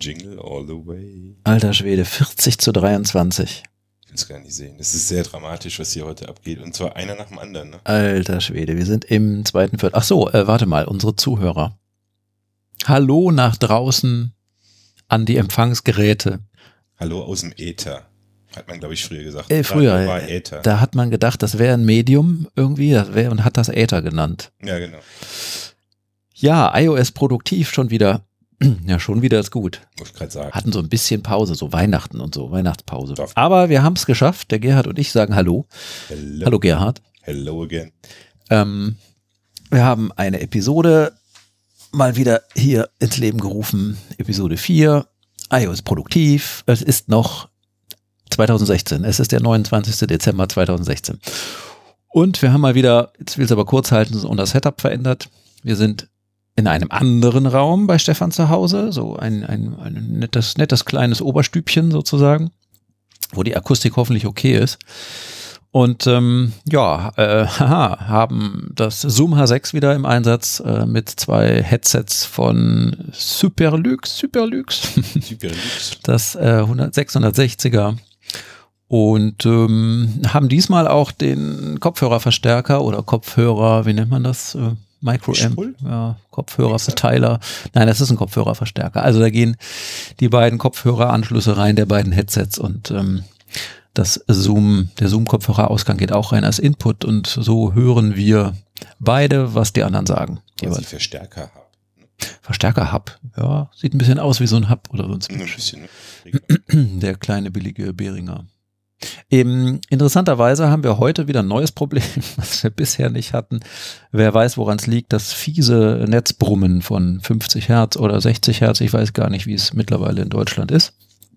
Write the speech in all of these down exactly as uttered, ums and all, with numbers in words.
Jingle all the way. Alter Schwede, vierzig zu dreiundzwanzig. Ich will es gar nicht sehen. Das ist sehr dramatisch, was hier heute abgeht. Und zwar einer nach dem anderen. Ne? Alter Schwede, wir sind im zweiten Viertel. Ach so, äh, warte mal, unsere Zuhörer. Hallo nach draußen an die Empfangsgeräte. Hallo aus dem Äther. Hat man, glaube ich, früher gesagt. Äh, früher, war Äther. Da hat man gedacht, das wäre ein Medium irgendwie das wär, und hat das Äther genannt. Ja, genau. Ja, iOS produktiv schon wieder. Ja, schon wieder ist gut. Muss ich gerade sagen. Hatten so ein bisschen Pause, so Weihnachten und so, Weihnachtspause. Darf. Aber wir haben es geschafft. Der Gerhard und ich sagen Hallo. Hello. Hallo Gerhard. Hello again. Ähm, wir haben eine Episode mal wieder hier ins Leben gerufen. Episode vier. iOS produktiv. Es ist noch zwanzig sechzehn. Es ist der neunundzwanzigster Dezember zweitausendsechzehn. Und wir haben mal wieder, jetzt will es aber kurz halten, unser Setup verändert. Wir sind in einem anderen Raum bei Stefan zu Hause, so ein, ein, ein nettes, nettes kleines Oberstübchen sozusagen, wo die Akustik hoffentlich okay ist. Und ähm, ja, äh, haha, haben das Zoom H sechs wieder im Einsatz äh, mit zwei Headsets von Superlux, Superlux, Superlux. das äh, sechshundertsechziger. Und ähm, haben diesmal auch den Kopfhörerverstärker oder Kopfhörer, wie nennt man das? Äh, Microamp, ja, Kopfhörerverteiler. Nein, das ist ein Kopfhörerverstärker. Also da gehen die beiden Kopfhöreranschlüsse rein, der beiden Headsets und ähm, das Zoom, der Zoom-Kopfhörerausgang geht auch rein als Input und so hören wir beide, was die anderen sagen. Was ich Verstärker habe. Verstärker-Hub, ja, sieht ein bisschen aus wie so ein Hub oder so ein Ein bisschen. Der kleine billige Behringer. Eben, interessanterweise haben wir heute wieder ein neues Problem, was wir bisher nicht hatten. Wer weiß, woran es liegt, das fiese Netzbrummen von fünfzig Hertz oder sechzig Hertz, ich weiß gar nicht, wie es mittlerweile in Deutschland ist.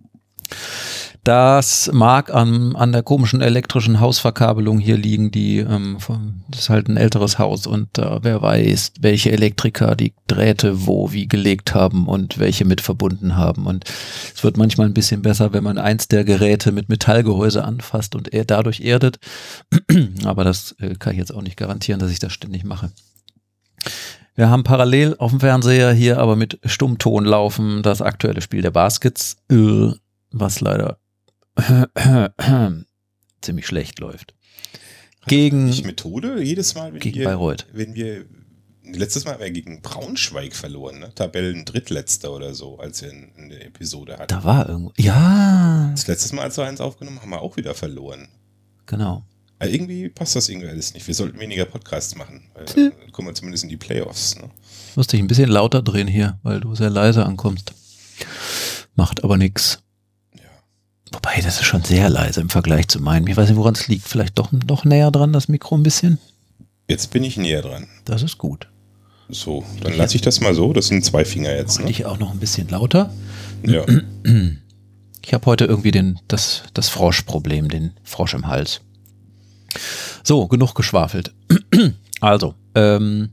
Das mag an, an der komischen elektrischen Hausverkabelung hier liegen, die ähm, von, das ist halt ein älteres Haus und äh, wer weiß, welche Elektriker die Drähte wo wie gelegt haben und welche mit verbunden haben. Und es wird manchmal ein bisschen besser, wenn man eins der Geräte mit Metallgehäuse anfasst und er dadurch erdet. Aber das äh, kann ich jetzt auch nicht garantieren, dass ich das ständig mache. Wir haben parallel auf dem Fernseher hier aber mit Stummton laufen das aktuelle Spiel der Baskets, äh, was leider ziemlich schlecht läuft. Gegen Nicht Methode jedes Mal, wenn gegen wir, Bayreuth. wenn wir letztes Mal haben wir gegen Braunschweig verloren, ne? Tabellen Drittletzter oder so, als wir in, in der Episode hatten. Da war irgendwo, ja. Das letzte Mal, als wir eins aufgenommen haben, haben wir auch wieder verloren. Genau. Also irgendwie passt das irgendwie alles nicht. Wir sollten weniger Podcasts machen, weil dann kommen wir zumindest in die Playoffs. Ne? Musste ich ein bisschen lauter drehen hier, weil du sehr leise ankommst. Macht aber nix. Wobei, das ist schon sehr leise im Vergleich zu meinem. Ich weiß nicht, woran es liegt. Vielleicht doch noch näher dran, das Mikro ein bisschen? Jetzt bin ich näher dran. Das ist gut. So, dann lasse ich das mal so. Das sind zwei Finger jetzt. Ne? Ich auch noch ein bisschen lauter. Ja. Ich habe heute irgendwie den, das, das Froschproblem, den Frosch im Hals. So, genug geschwafelt. Also, ähm,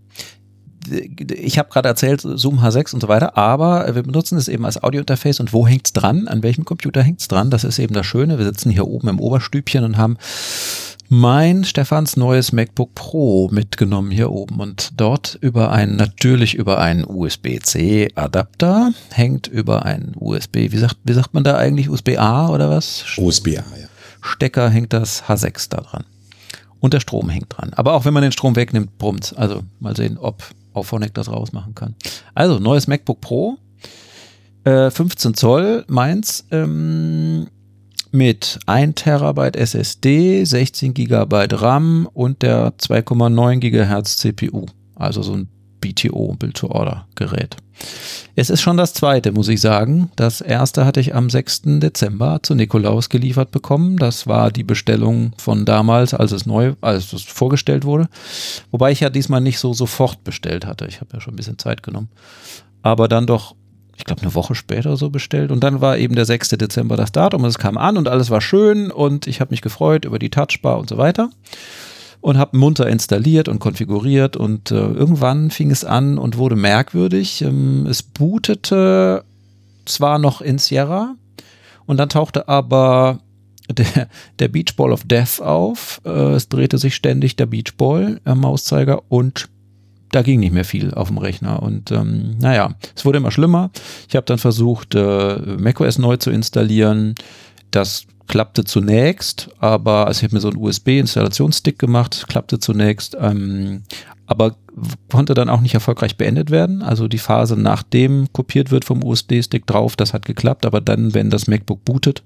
ich habe gerade erzählt, Zoom H sechs und so weiter, aber wir benutzen es eben als Audiointerface und wo hängt's dran? An welchem Computer hängt's dran? Das ist eben das Schöne. Wir sitzen hier oben im Oberstübchen und haben mein Stefans neues MacBook Pro mitgenommen hier oben und dort über einen, natürlich über einen U S B-C Adapter, hängt über einen U S B, wie sagt, wie sagt man da eigentlich, U S B-A oder was? U S B-A, ja. Stecker hängt das H sechs da dran. Und der Strom hängt dran. Aber auch wenn man den Strom wegnimmt, brummt's. Also mal sehen, ob Auphonic das rausmachen kann. Also, neues MacBook Pro, äh, fünfzehn Zoll, meins, ähm, mit ein Terabyte S S D, sechzehn Gigabyte RAM und der zwei Komma neun Gigahertz C P U. Also so ein B T O, Build-to-Order-Gerät. Es ist schon das zweite, muss ich sagen. Das erste hatte ich am sechsten Dezember zu Nikolaus geliefert bekommen. Das war die Bestellung von damals, als es neu, als es vorgestellt wurde. Wobei ich ja diesmal nicht so sofort bestellt hatte. Ich habe ja schon ein bisschen Zeit genommen. Aber dann doch, ich glaube, eine Woche später so bestellt. Und dann war eben der sechste Dezember das Datum und es kam an und alles war schön und ich habe mich gefreut über die Touchbar und so weiter. Und habe munter installiert und konfiguriert und äh, irgendwann fing es an und wurde merkwürdig. Ähm, es bootete zwar noch in Sierra und dann tauchte aber der, der Beach Ball of Death auf. Äh, es drehte sich ständig der Beach Ball am Mauszeiger und da ging nicht mehr viel auf dem Rechner. Und ähm, naja, es wurde immer schlimmer. Ich habe dann versucht, äh, macOS neu zu installieren. Das klappte zunächst, aber also ich habe mir so einen U S B-Installationsstick gemacht, klappte zunächst, ähm, aber konnte dann auch nicht erfolgreich beendet werden. Also die Phase, nachdem kopiert wird vom U S B-Stick drauf, das hat geklappt, aber dann, wenn das MacBook bootet,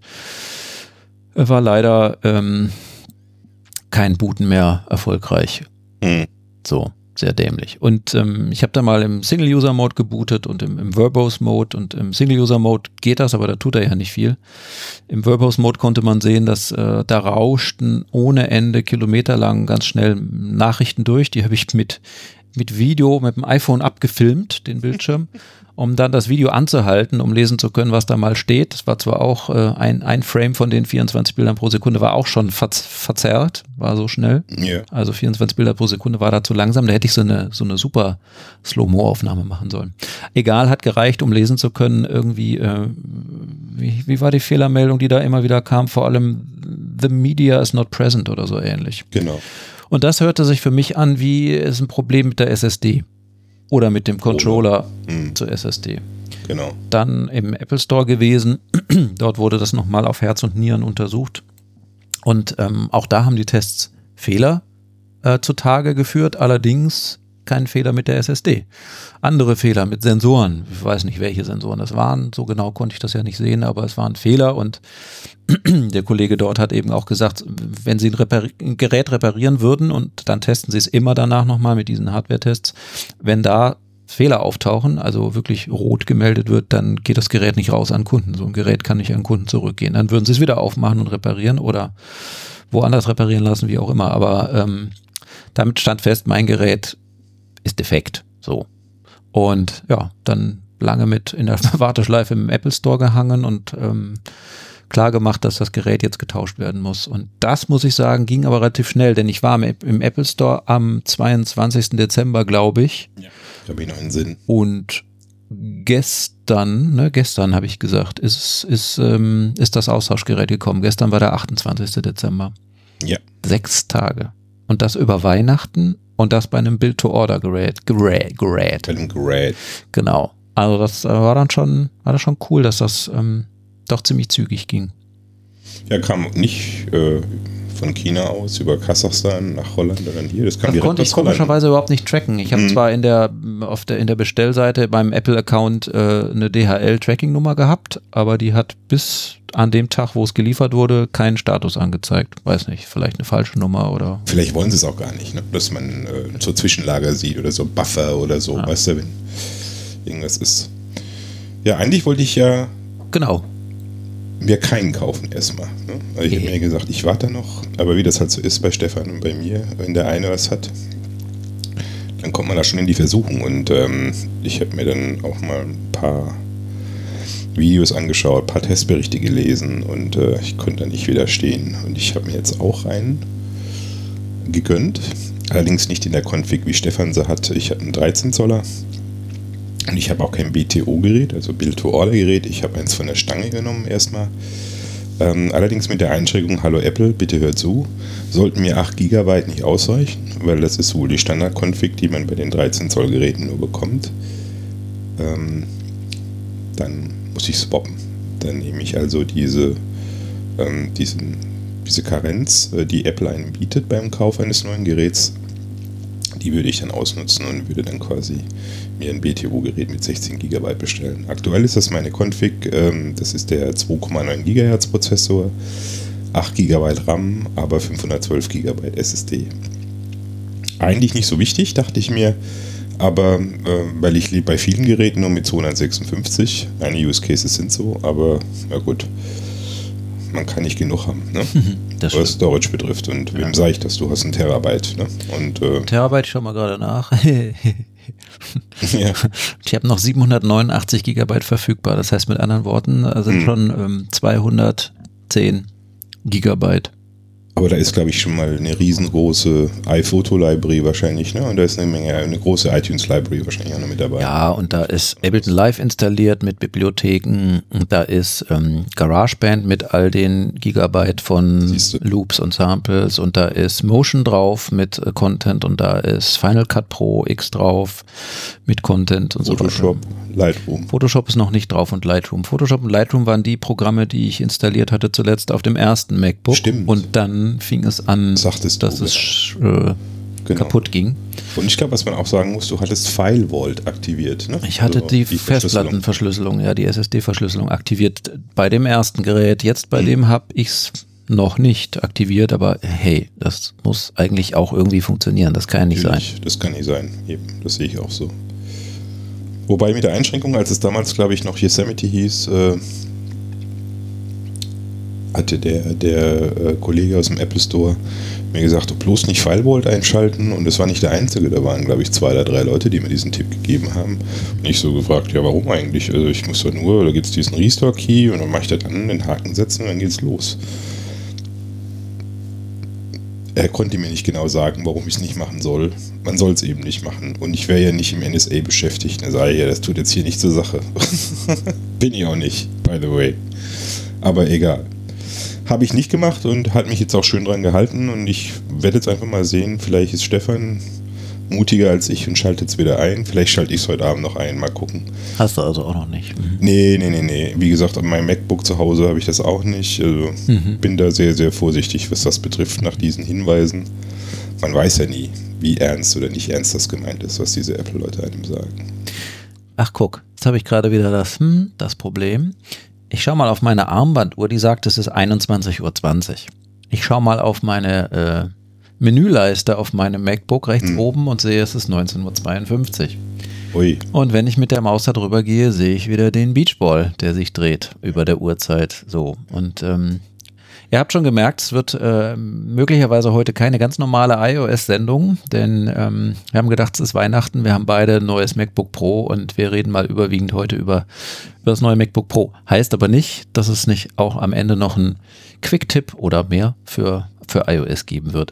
war leider ähm, kein Booten mehr erfolgreich. Mhm. So, sehr dämlich. Und ähm, ich habe da mal im Single-User-Mode gebootet und im, im Verbose-Mode, und im Single-User-Mode geht das, aber da tut er ja nicht viel. Im Verbose-Mode konnte man sehen, dass äh, da rauschten ohne Ende kilometerlang ganz schnell Nachrichten durch. Die habe ich mit, mit Video, mit dem iPhone abgefilmt, den Bildschirm, um dann das Video anzuhalten, um lesen zu können, was da mal steht. Das war zwar auch äh, ein, ein Frame von den vierundzwanzig Bildern pro Sekunde, war auch schon verz- verzerrt, war so schnell. Yeah. Also vierundzwanzig Bilder pro Sekunde war da zu langsam. Da hätte ich so eine, so eine super Slow-Mo-Aufnahme machen sollen. Egal, hat gereicht, um lesen zu können. Irgendwie, äh, wie, wie war die Fehlermeldung, die da immer wieder kam? Vor allem, the media is not present oder so ähnlich. Genau. Und das hörte sich für mich an, wie es ein Problem mit der S S D oder mit dem Controller mhm. zur S S D. Genau. Dann im Apple Store gewesen. Dort wurde das nochmal auf Herz und Nieren untersucht. Und ähm, auch da haben die Tests Fehler äh, zutage geführt, allerdings keinen Fehler mit der S S D. Andere Fehler mit Sensoren. Ich weiß nicht, welche Sensoren das waren. So genau konnte ich das ja nicht sehen, aber es waren Fehler, und der Kollege dort hat eben auch gesagt, wenn sie ein, Repar- ein Gerät reparieren würden, und dann testen sie es immer danach nochmal mit diesen Hardware-Tests, wenn da Fehler auftauchen, also wirklich rot gemeldet wird, dann geht das Gerät nicht raus an Kunden. So ein Gerät kann nicht an Kunden zurückgehen. Dann würden sie es wieder aufmachen und reparieren oder woanders reparieren lassen, wie auch immer. Aber ähm, damit stand fest, mein Gerät ist defekt. So. Und ja, dann lange mit in der Warteschleife im Apple Store gehangen und ähm, klar gemacht, dass das Gerät jetzt getauscht werden muss. Und das, muss ich sagen, ging aber relativ schnell, denn ich war im, im Apple Store am zweiundzwanzigsten Dezember, glaube ich. Ja, da habe ich noch einen Sinn. Und gestern, ne, gestern habe ich gesagt, ist, ist, ähm, ist das Austauschgerät gekommen. Gestern war der achtundzwanzigsten Dezember. Ja. Sechs Tage. Und das über Weihnachten und das bei einem Build-to-Order-Gerät. Gerät. Gerät. Bei einem Gerät. Genau. Also das äh, war dann schon, war das schon cool, dass das ähm, doch ziemlich zügig ging. Ja, kam nicht äh, von China aus über Kasachstan nach Holland oder dann hier. Das kam Das direkt konnte ich aus Holland. komischerweise überhaupt nicht tracken. Ich habe Mhm. zwar in der, auf der, in der Bestellseite beim Apple-Account äh, eine D H L-Tracking-Nummer gehabt, aber die hat bis an dem Tag, wo es geliefert wurde, keinen Status angezeigt. Weiß nicht, vielleicht eine falsche Nummer oder... Vielleicht wollen sie es auch gar nicht, ne? Dass man äh, so Zwischenlager sieht oder so Buffer oder so, Ja. weißt du, wenn irgendwas ist. Ja, eigentlich wollte ich ja Genau. mir keinen kaufen erstmal. Ne? Also ich habe Nee. mir gesagt, ich warte noch, aber wie das halt so ist bei Stefan und bei mir, wenn der eine was hat, dann kommt man da schon in die Versuchung. Und ähm, ich habe mir dann auch mal ein paar Videos angeschaut, ein paar Testberichte gelesen und äh, ich konnte da nicht widerstehen. Und ich habe mir jetzt auch einen gegönnt, allerdings nicht in der Config, wie Stefan sie hat. Ich habe einen dreizehn Zoller. Und ich habe auch kein B T O-Gerät, also Build-to-Order-Gerät. Ich habe eins von der Stange genommen erstmal. Ähm, allerdings mit der Einschränkung, hallo Apple, bitte hört zu, sollten mir acht Gigabyte nicht ausreichen, weil das ist wohl die Standard-Config, die man bei den dreizehn Zoll Geräten nur bekommt. Ähm, dann muss ich swappen. Dann nehme ich also diese, ähm, diesen, diese Karenz, äh, die Apple einem bietet beim Kauf eines neuen Geräts. Die würde ich dann ausnutzen und würde dann quasi mir ein B T O-Gerät mit sechzehn Gigabyte bestellen. Aktuell ist das meine Config, ähm, das ist der zwei Komma neun Gigahertz Prozessor, acht Gigabyte RAM, aber fünfhundertzwölf Gigabyte S S D. Eigentlich nicht so wichtig, dachte ich mir, aber äh, weil ich lebe bei vielen Geräten nur mit zweihundertsechsundfünfzig, einige Use Cases sind so, aber na gut, man kann nicht genug haben, ne? Das was Storage betrifft. Und Ja. wem sage ich das? Du hast einen Terabyte. Ne? Und, äh, Terabyte, ich schau mal gerade nach. ja. Ich habe noch siebenhundertneunundachtzig Gigabyte verfügbar. Das heißt mit anderen Worten, äh, sind Hm. schon ähm, zweihundertzehn Gigabyte Aber da ist, glaube ich, schon mal eine riesengroße iPhoto-Library wahrscheinlich, ne? Und da ist eine Menge, eine große iTunes-Library wahrscheinlich auch noch mit dabei. Ja, und da ist Ableton Live installiert mit Bibliotheken und da ist ähm, GarageBand mit all den Gigabyte von Siehste. Loops und Samples und da ist Motion drauf mit äh, Content und da ist Final Cut Pro X drauf mit Content und Photoshop, so weiter. Lightroom. Photoshop ist noch nicht drauf und Lightroom. Photoshop und Lightroom waren die Programme, die ich installiert hatte zuletzt auf dem ersten MacBook. Stimmt. Und dann fing es an, Sagtest dass du, es genau. äh, Genau. kaputt ging. Und ich glaube, was man auch sagen muss, du hattest File Vault aktiviert, ne? Ich hatte Also die, die Festplattenverschlüsselung, ja, die S S D-Verschlüsselung aktiviert bei dem ersten Gerät. Jetzt bei mhm. dem habe ich es noch nicht aktiviert, aber hey, das muss eigentlich auch irgendwie funktionieren. Das kann ja nicht Natürlich, sein. Das kann nicht sein, eben. Das sehe ich auch so. Wobei mit der Einschränkung, als es damals, glaube ich, noch Yosemite hieß, äh, hatte der, der äh, Kollege aus dem Apple Store mir gesagt, du bloß nicht File Vault einschalten, und das war nicht der einzige, da waren, glaube ich, zwei oder drei Leute, die mir diesen Tipp gegeben haben. Und ich so gefragt, ja, warum eigentlich? Also ich muss doch nur, da gibt es diesen Restore-Key und dann mache ich das an, den Haken setzen und dann geht's los. Er konnte mir nicht genau sagen, warum ich es nicht machen soll. Man soll es eben nicht machen. Und ich wäre ja nicht im N S A beschäftigt. Er sage, ja, das tut jetzt hier nicht zur Sache. Bin ich auch nicht, by the way. Aber egal. Habe ich nicht gemacht und hat mich jetzt auch schön dran gehalten. Und ich werde jetzt einfach mal sehen, vielleicht ist Stefan mutiger als ich und schaltet es wieder ein. Vielleicht schalte ich es heute Abend noch ein, mal gucken. Hast du also auch noch nicht? Mhm. Nee, nee, nee, nee. Wie gesagt, an meinem MacBook zu Hause habe ich das auch nicht. Also mhm. bin da sehr, sehr vorsichtig, was das betrifft, nach diesen Hinweisen. Man weiß ja nie, wie ernst oder nicht ernst das gemeint ist, was diese Apple-Leute einem sagen. Ach guck, jetzt habe ich gerade wieder das, hm, das Problem. Ich schaue mal auf meine Armbanduhr, die sagt, es ist einundzwanzig Uhr zwanzig. Ich schaue mal auf meine äh, Menüleiste auf meinem MacBook rechts hm. oben und sehe, es ist neunzehn Uhr zweiundfünfzig. Ui. Und wenn ich mit der Maus da drüber gehe, sehe ich wieder den Beachball, der sich dreht über der Uhrzeit. So. Und ähm, ihr habt schon gemerkt, es wird äh, möglicherweise heute keine ganz normale iOS-Sendung, denn ähm, wir haben gedacht, es ist Weihnachten, wir haben beide ein neues MacBook Pro und wir reden mal überwiegend heute über, über das neue MacBook Pro. Heißt aber nicht, dass es nicht auch am Ende noch einen Quick-Tipp oder mehr für, für iOS geben wird.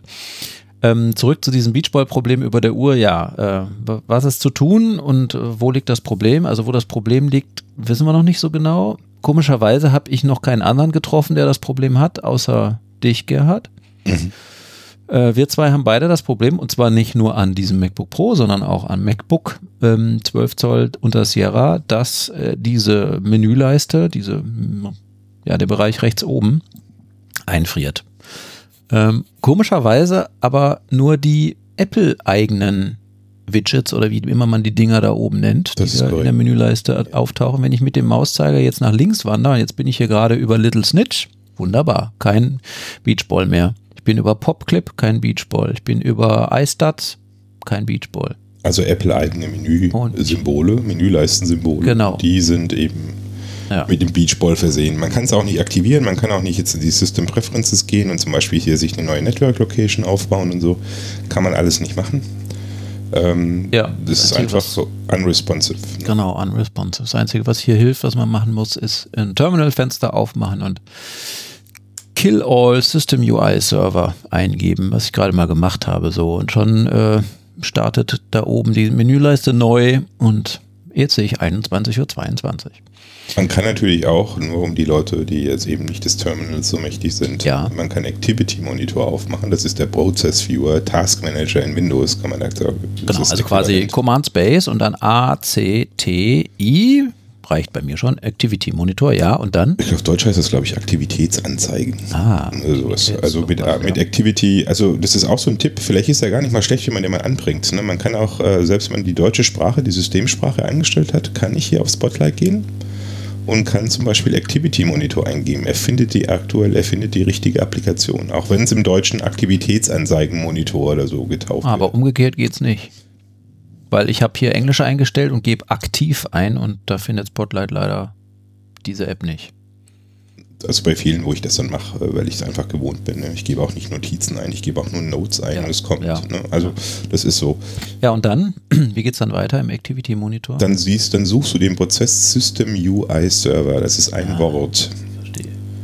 Ähm, zurück zu diesem Beachball-Problem über der Uhr, ja, äh, was ist zu tun und äh, wo liegt das Problem? Also wo das Problem liegt, wissen wir noch nicht so genau. Komischerweise habe ich noch keinen anderen getroffen, der das Problem hat, außer dich, Gerhard. Mhm. Äh, wir zwei haben beide das Problem, und zwar nicht nur an diesem MacBook Pro, sondern auch an MacBook ähm, zwölf Zoll unter Sierra, dass äh, diese Menüleiste, diese, ja, der Bereich rechts oben einfriert. Ähm, komischerweise aber nur die Apple-eigenen Widgets oder wie immer man die Dinger da oben nennt, die da in der Menüleiste auftauchen. Wenn ich mit dem Mauszeiger jetzt nach links wandere, jetzt bin ich hier gerade über Little Snitch, wunderbar, kein Beachball mehr. Ich bin über PopClip, kein Beachball. Ich bin über iStats, kein Beachball. Also Apple-eigene Menü-Symbole, Menüleisten-Symbole, genau. Die sind eben ja. mit dem Beachball versehen. Man kann es auch nicht aktivieren, man kann auch nicht jetzt in die System Preferences gehen und zum Beispiel hier sich eine neue Network Location aufbauen und so. Kann man alles nicht machen. Ähm, ja, das, das ist einfach so unresponsive. Ne? Genau, unresponsive. Das Einzige, was hier hilft, was man machen muss, ist ein Terminal-Fenster aufmachen und Kill All System U I Server eingeben, was ich gerade mal gemacht habe. So, und schon äh, startet da oben die Menüleiste neu und jetzt sehe ich einundzwanzig Uhr zweiundzwanzig. Man kann natürlich auch, nur um die Leute, die jetzt eben nicht des Terminals so mächtig sind, ja. man kann Activity Monitor aufmachen, das ist der Process Viewer, Task Manager in Windows, kann man da sagen. Genau, also quasi Command Space und dann A, C, T, I, reicht bei mir schon, Activity Monitor, ja, und dann? Ich, auf Deutsch heißt das, glaube ich, Aktivitätsanzeigen. Ah. Also, was, also mit, sowas, mit ja. Activity, also das ist auch so ein Tipp, vielleicht ist er gar nicht mal schlecht, wenn man den mal anbringt. Ne? Man kann auch, äh, selbst wenn man die deutsche Sprache, die Systemsprache eingestellt hat, kann ich hier auf Spotlight gehen und kann zum Beispiel Activity Monitor eingeben. Er findet die aktuell, er findet die richtige Applikation, auch wenn es im Deutschen Aktivitätsanzeigen Monitor oder so getauft wird. Aber umgekehrt geht's nicht. Weil ich habe hier Englisch eingestellt und gebe aktiv ein und da findet Spotlight leider diese App nicht. Also bei vielen, wo ich das dann mache, weil ich es einfach gewohnt bin. Ne? Ich gebe auch nicht Notizen ein, ich gebe auch nur Notes ein ja, und es kommt. Ja. Ne? Also das ist so. Ja, und dann, wie geht es dann weiter im Activity Monitor? Dann siehst, dann suchst du den Prozess System U I Server, das ist ein ah, Wort. Verstehe.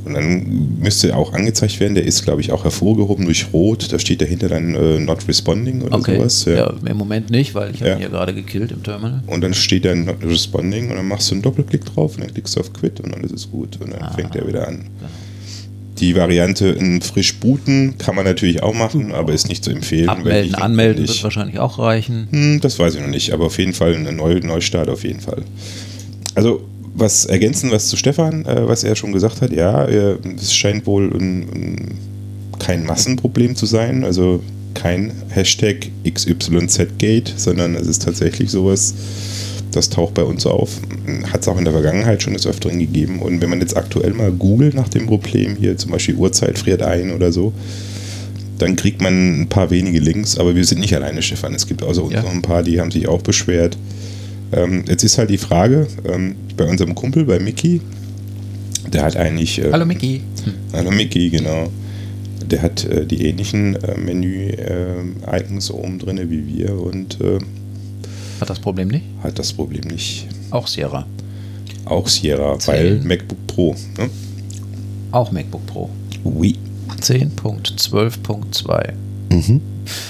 Und dann müsste auch angezeigt werden, der ist, glaube ich, auch hervorgehoben durch Rot. Da steht dahinter dann äh, Not Responding oder okay. sowas. Ja. ja, im Moment nicht, weil ich habe ja. ihn ja gerade gekillt im Terminal. Und dann steht dann Not Responding und dann machst du einen Doppelklick drauf und dann klickst du auf Quit und dann ist es gut. Und dann ah, fängt er wieder an. Genau. Die Variante in frisch booten kann man natürlich auch machen, aber ist nicht zu empfehlen. Abmelden, anmelden nicht, wird wahrscheinlich auch reichen. Hm, das weiß ich noch nicht, aber auf jeden Fall ein Neu Neustart auf jeden Fall. Also was ergänzen, was zu Stefan, äh, was er schon gesagt hat, ja, äh, es scheint wohl ein, ein, kein Massenproblem zu sein, also kein Hashtag X Y Z Gate, sondern es ist tatsächlich sowas, das taucht bei uns auf. Hat es auch in der Vergangenheit schon des Öfteren gegeben. Und wenn man jetzt aktuell mal googelt nach dem Problem, hier zum Beispiel Uhrzeit friert ein oder so, dann kriegt man ein paar wenige Links, aber wir sind nicht alleine, Stefan. Es gibt außer uns ja. noch ein paar, die haben sich auch beschwert. Ähm, jetzt ist halt die Frage, ähm, bei unserem Kumpel, bei Mickey, der hat eigentlich... Äh, Hallo Mickey. Hm. Hallo Mickey, genau. Der hat äh, die ähnlichen äh, Menü-Icons äh, oben drin wie wir und... Äh, Hat das Problem nicht? Hat das Problem nicht. Auch Sierra. Auch Sierra, zehn. Weil MacBook Pro. Ne? Auch MacBook Pro. Oui. zehn Punkt zwölf Punkt zwei. Mhm.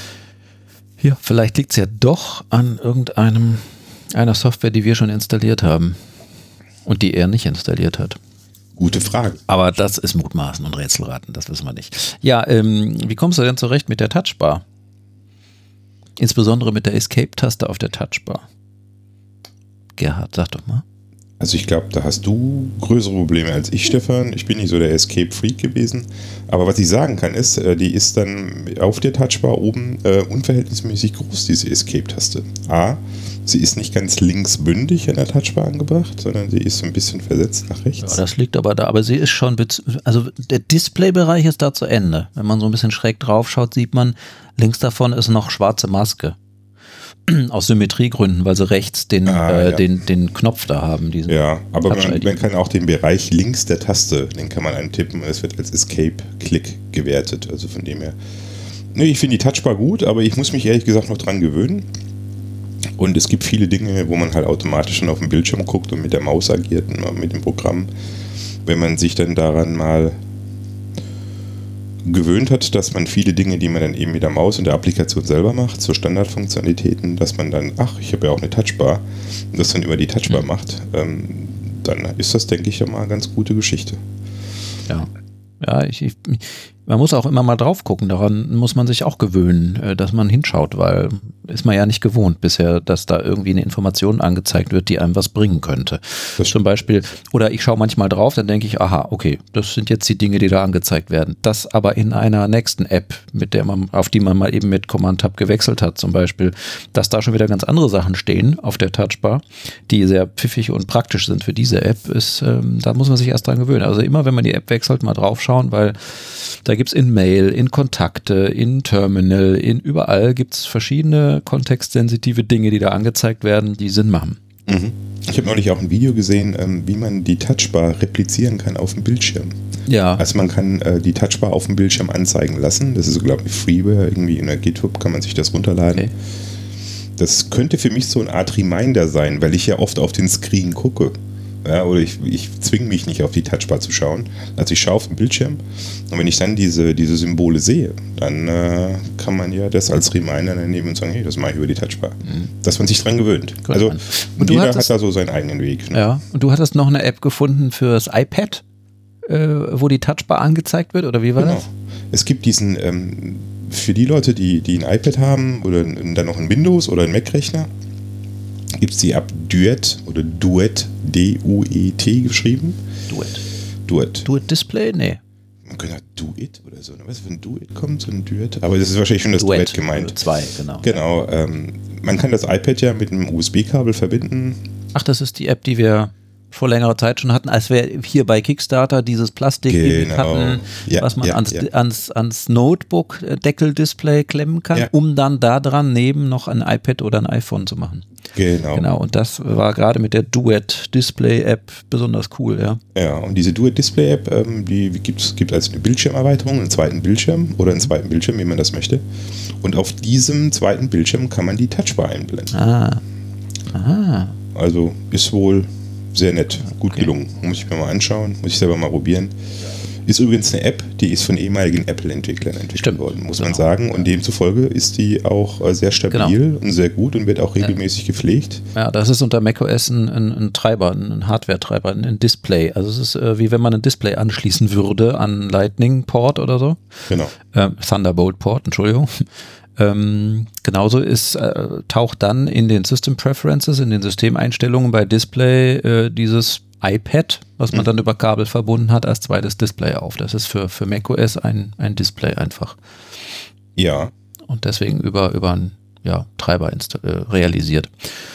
Ja, vielleicht liegt es ja doch an irgendeinem einer Software, die wir schon installiert haben und die er nicht installiert hat. Gute Frage. Aber das ist Mutmaßen und Rätselraten, das wissen wir nicht. Ja, ähm, wie kommst du denn zurecht mit der Touchbar? Insbesondere mit der Escape-Taste auf der Touchbar. Gerhard, sag doch mal. Also ich glaube, da hast du größere Probleme als ich, Stefan. Ich bin nicht so der Escape-Freak gewesen. Aber was ich sagen kann ist, die ist dann auf der Touchbar oben äh, unverhältnismäßig groß, diese Escape-Taste. A, sie ist nicht ganz linksbündig an der Touchbar angebracht, sondern sie ist so ein bisschen versetzt nach rechts. Ja, das liegt aber da. Aber sie ist schon, also der Displaybereich ist da zu Ende. Wenn man so ein bisschen schräg drauf schaut, sieht man, links davon ist noch schwarze Maske. Aus Symmetriegründen, weil sie rechts den, ah, äh, ja. den, den Knopf da haben. Diesen ja, aber man, man kann auch den Bereich links der Taste, den kann man antippen und es wird als Escape-Click gewertet. Also von dem her. Nee, ich finde die Touchbar gut, aber ich muss mich ehrlich gesagt noch dran gewöhnen. Und es gibt viele Dinge, wo man halt automatisch schon auf den Bildschirm guckt und mit der Maus agiert und mit dem Programm. Wenn man sich dann daran mal gewöhnt hat, dass man viele Dinge, die man dann eben mit der Maus und der Applikation selber macht, so Standardfunktionalitäten, dass man dann, ach, ich habe ja auch eine Touchbar, und das dann über die Touchbar mhm. macht, ähm, dann ist das, denke ich, ja mal eine ganz gute Geschichte. Ja, ja ich, ich, man muss auch immer mal drauf gucken, daran muss man sich auch gewöhnen, dass man hinschaut, weil ist man ja nicht gewohnt bisher, dass da irgendwie eine Information angezeigt wird, die einem was bringen könnte. Das Zum Beispiel, oder ich schaue manchmal drauf, dann denke ich, aha, okay, das sind jetzt die Dinge, die da angezeigt werden. Das aber in einer nächsten App, mit der man, auf die man mal eben mit Command-Tab gewechselt hat zum Beispiel, dass da schon wieder ganz andere Sachen stehen auf der Touchbar, die sehr pfiffig und praktisch sind für diese App, ist, ähm, da muss man sich erst dran gewöhnen. Also immer, wenn man die App wechselt, mal drauf schauen, weil da gibt es in Mail, in Kontakte, in Terminal, in überall gibt es verschiedene kontextsensitive Dinge, die da angezeigt werden, die Sinn machen. Mhm. Ich habe neulich auch ein Video gesehen, ähm, wie man die Touchbar replizieren kann auf dem Bildschirm. Ja. Also man kann äh, die Touchbar auf dem Bildschirm anzeigen lassen. Das ist, glaube ich, Freeware. Irgendwie in der GitHub kann man sich das runterladen. Okay. Das könnte für mich so eine Art Reminder sein, weil ich ja oft auf den Screen gucke. Ja, oder ich, ich zwinge mich nicht auf die Touchbar zu schauen. Also ich schaue auf den Bildschirm und wenn ich dann diese, diese Symbole sehe, dann äh, kann man ja das als Reminder dann nehmen und sagen, hey, das mache ich über die Touchbar. Mhm. Dass man sich dran gewöhnt. Cool. Also und jeder hattest, hat da so seinen eigenen Weg. Ne? Ja, und du hattest noch eine App gefunden fürs iPad, äh, wo die Touchbar angezeigt wird, oder wie war genau. das? Es gibt diesen, ähm, für die Leute, die, die ein iPad haben oder dann noch ein Windows oder ein Mac-Rechner, gibt es die App Duet oder Duet, D U E T geschrieben. Duet. Duet. Duet Display? Nee. Man könnte Duet oder so. Weißt du, wenn Duet kommt, so ein Duet. Aber das ist wahrscheinlich schon das Duet, Duet gemeint. Zwei, genau. Genau. Ähm, man kann das iPad ja mit einem U S B-Kabel verbinden. Ach, das ist die App, die wir vor längerer Zeit schon hatten, als wir hier bei Kickstarter dieses Plastik genau. hatten, ja, was man ja, ans, ja. ans, ans Notebook-Deckel-Display klemmen kann, ja. um dann da dran neben noch ein iPad oder ein iPhone zu machen. Genau. Genau, und das war gerade mit der Duet-Display-App besonders cool, ja. Ja, und diese Duet-Display-App, ähm, die gibt's, gibt als eine Bildschirmerweiterung einen zweiten Bildschirm oder einen zweiten Bildschirm, wie man das möchte. Und auf diesem zweiten Bildschirm kann man die Touchbar einblenden. Ah. Aha. Also ist wohl sehr nett, gut okay. gelungen. Muss ich mir mal anschauen, muss ich selber mal probieren. Ist übrigens eine App, die ist von ehemaligen Apple-Entwicklern entwickelt Stimmt. worden, muss genau. man sagen. Und demzufolge ist die auch äh, sehr stabil genau. und sehr gut und wird auch regelmäßig ja. gepflegt. Ja, das ist unter macOS ein, ein, ein Treiber, ein Hardware-Treiber, ein Display. Also es ist äh, wie wenn man ein Display anschließen würde an Lightning-Port oder so. Genau. Äh, Thunderbolt-Port, Entschuldigung. Ähm, genauso ist, äh, taucht dann in den System Preferences, in den Systemeinstellungen bei Display äh, dieses iPad, was man mhm. dann über Kabel verbunden hat, als zweites Display auf. Das ist für, für macOS ein, ein Display einfach. Ja. Und deswegen über, über einen ja, Treiber insta- äh, realisiert.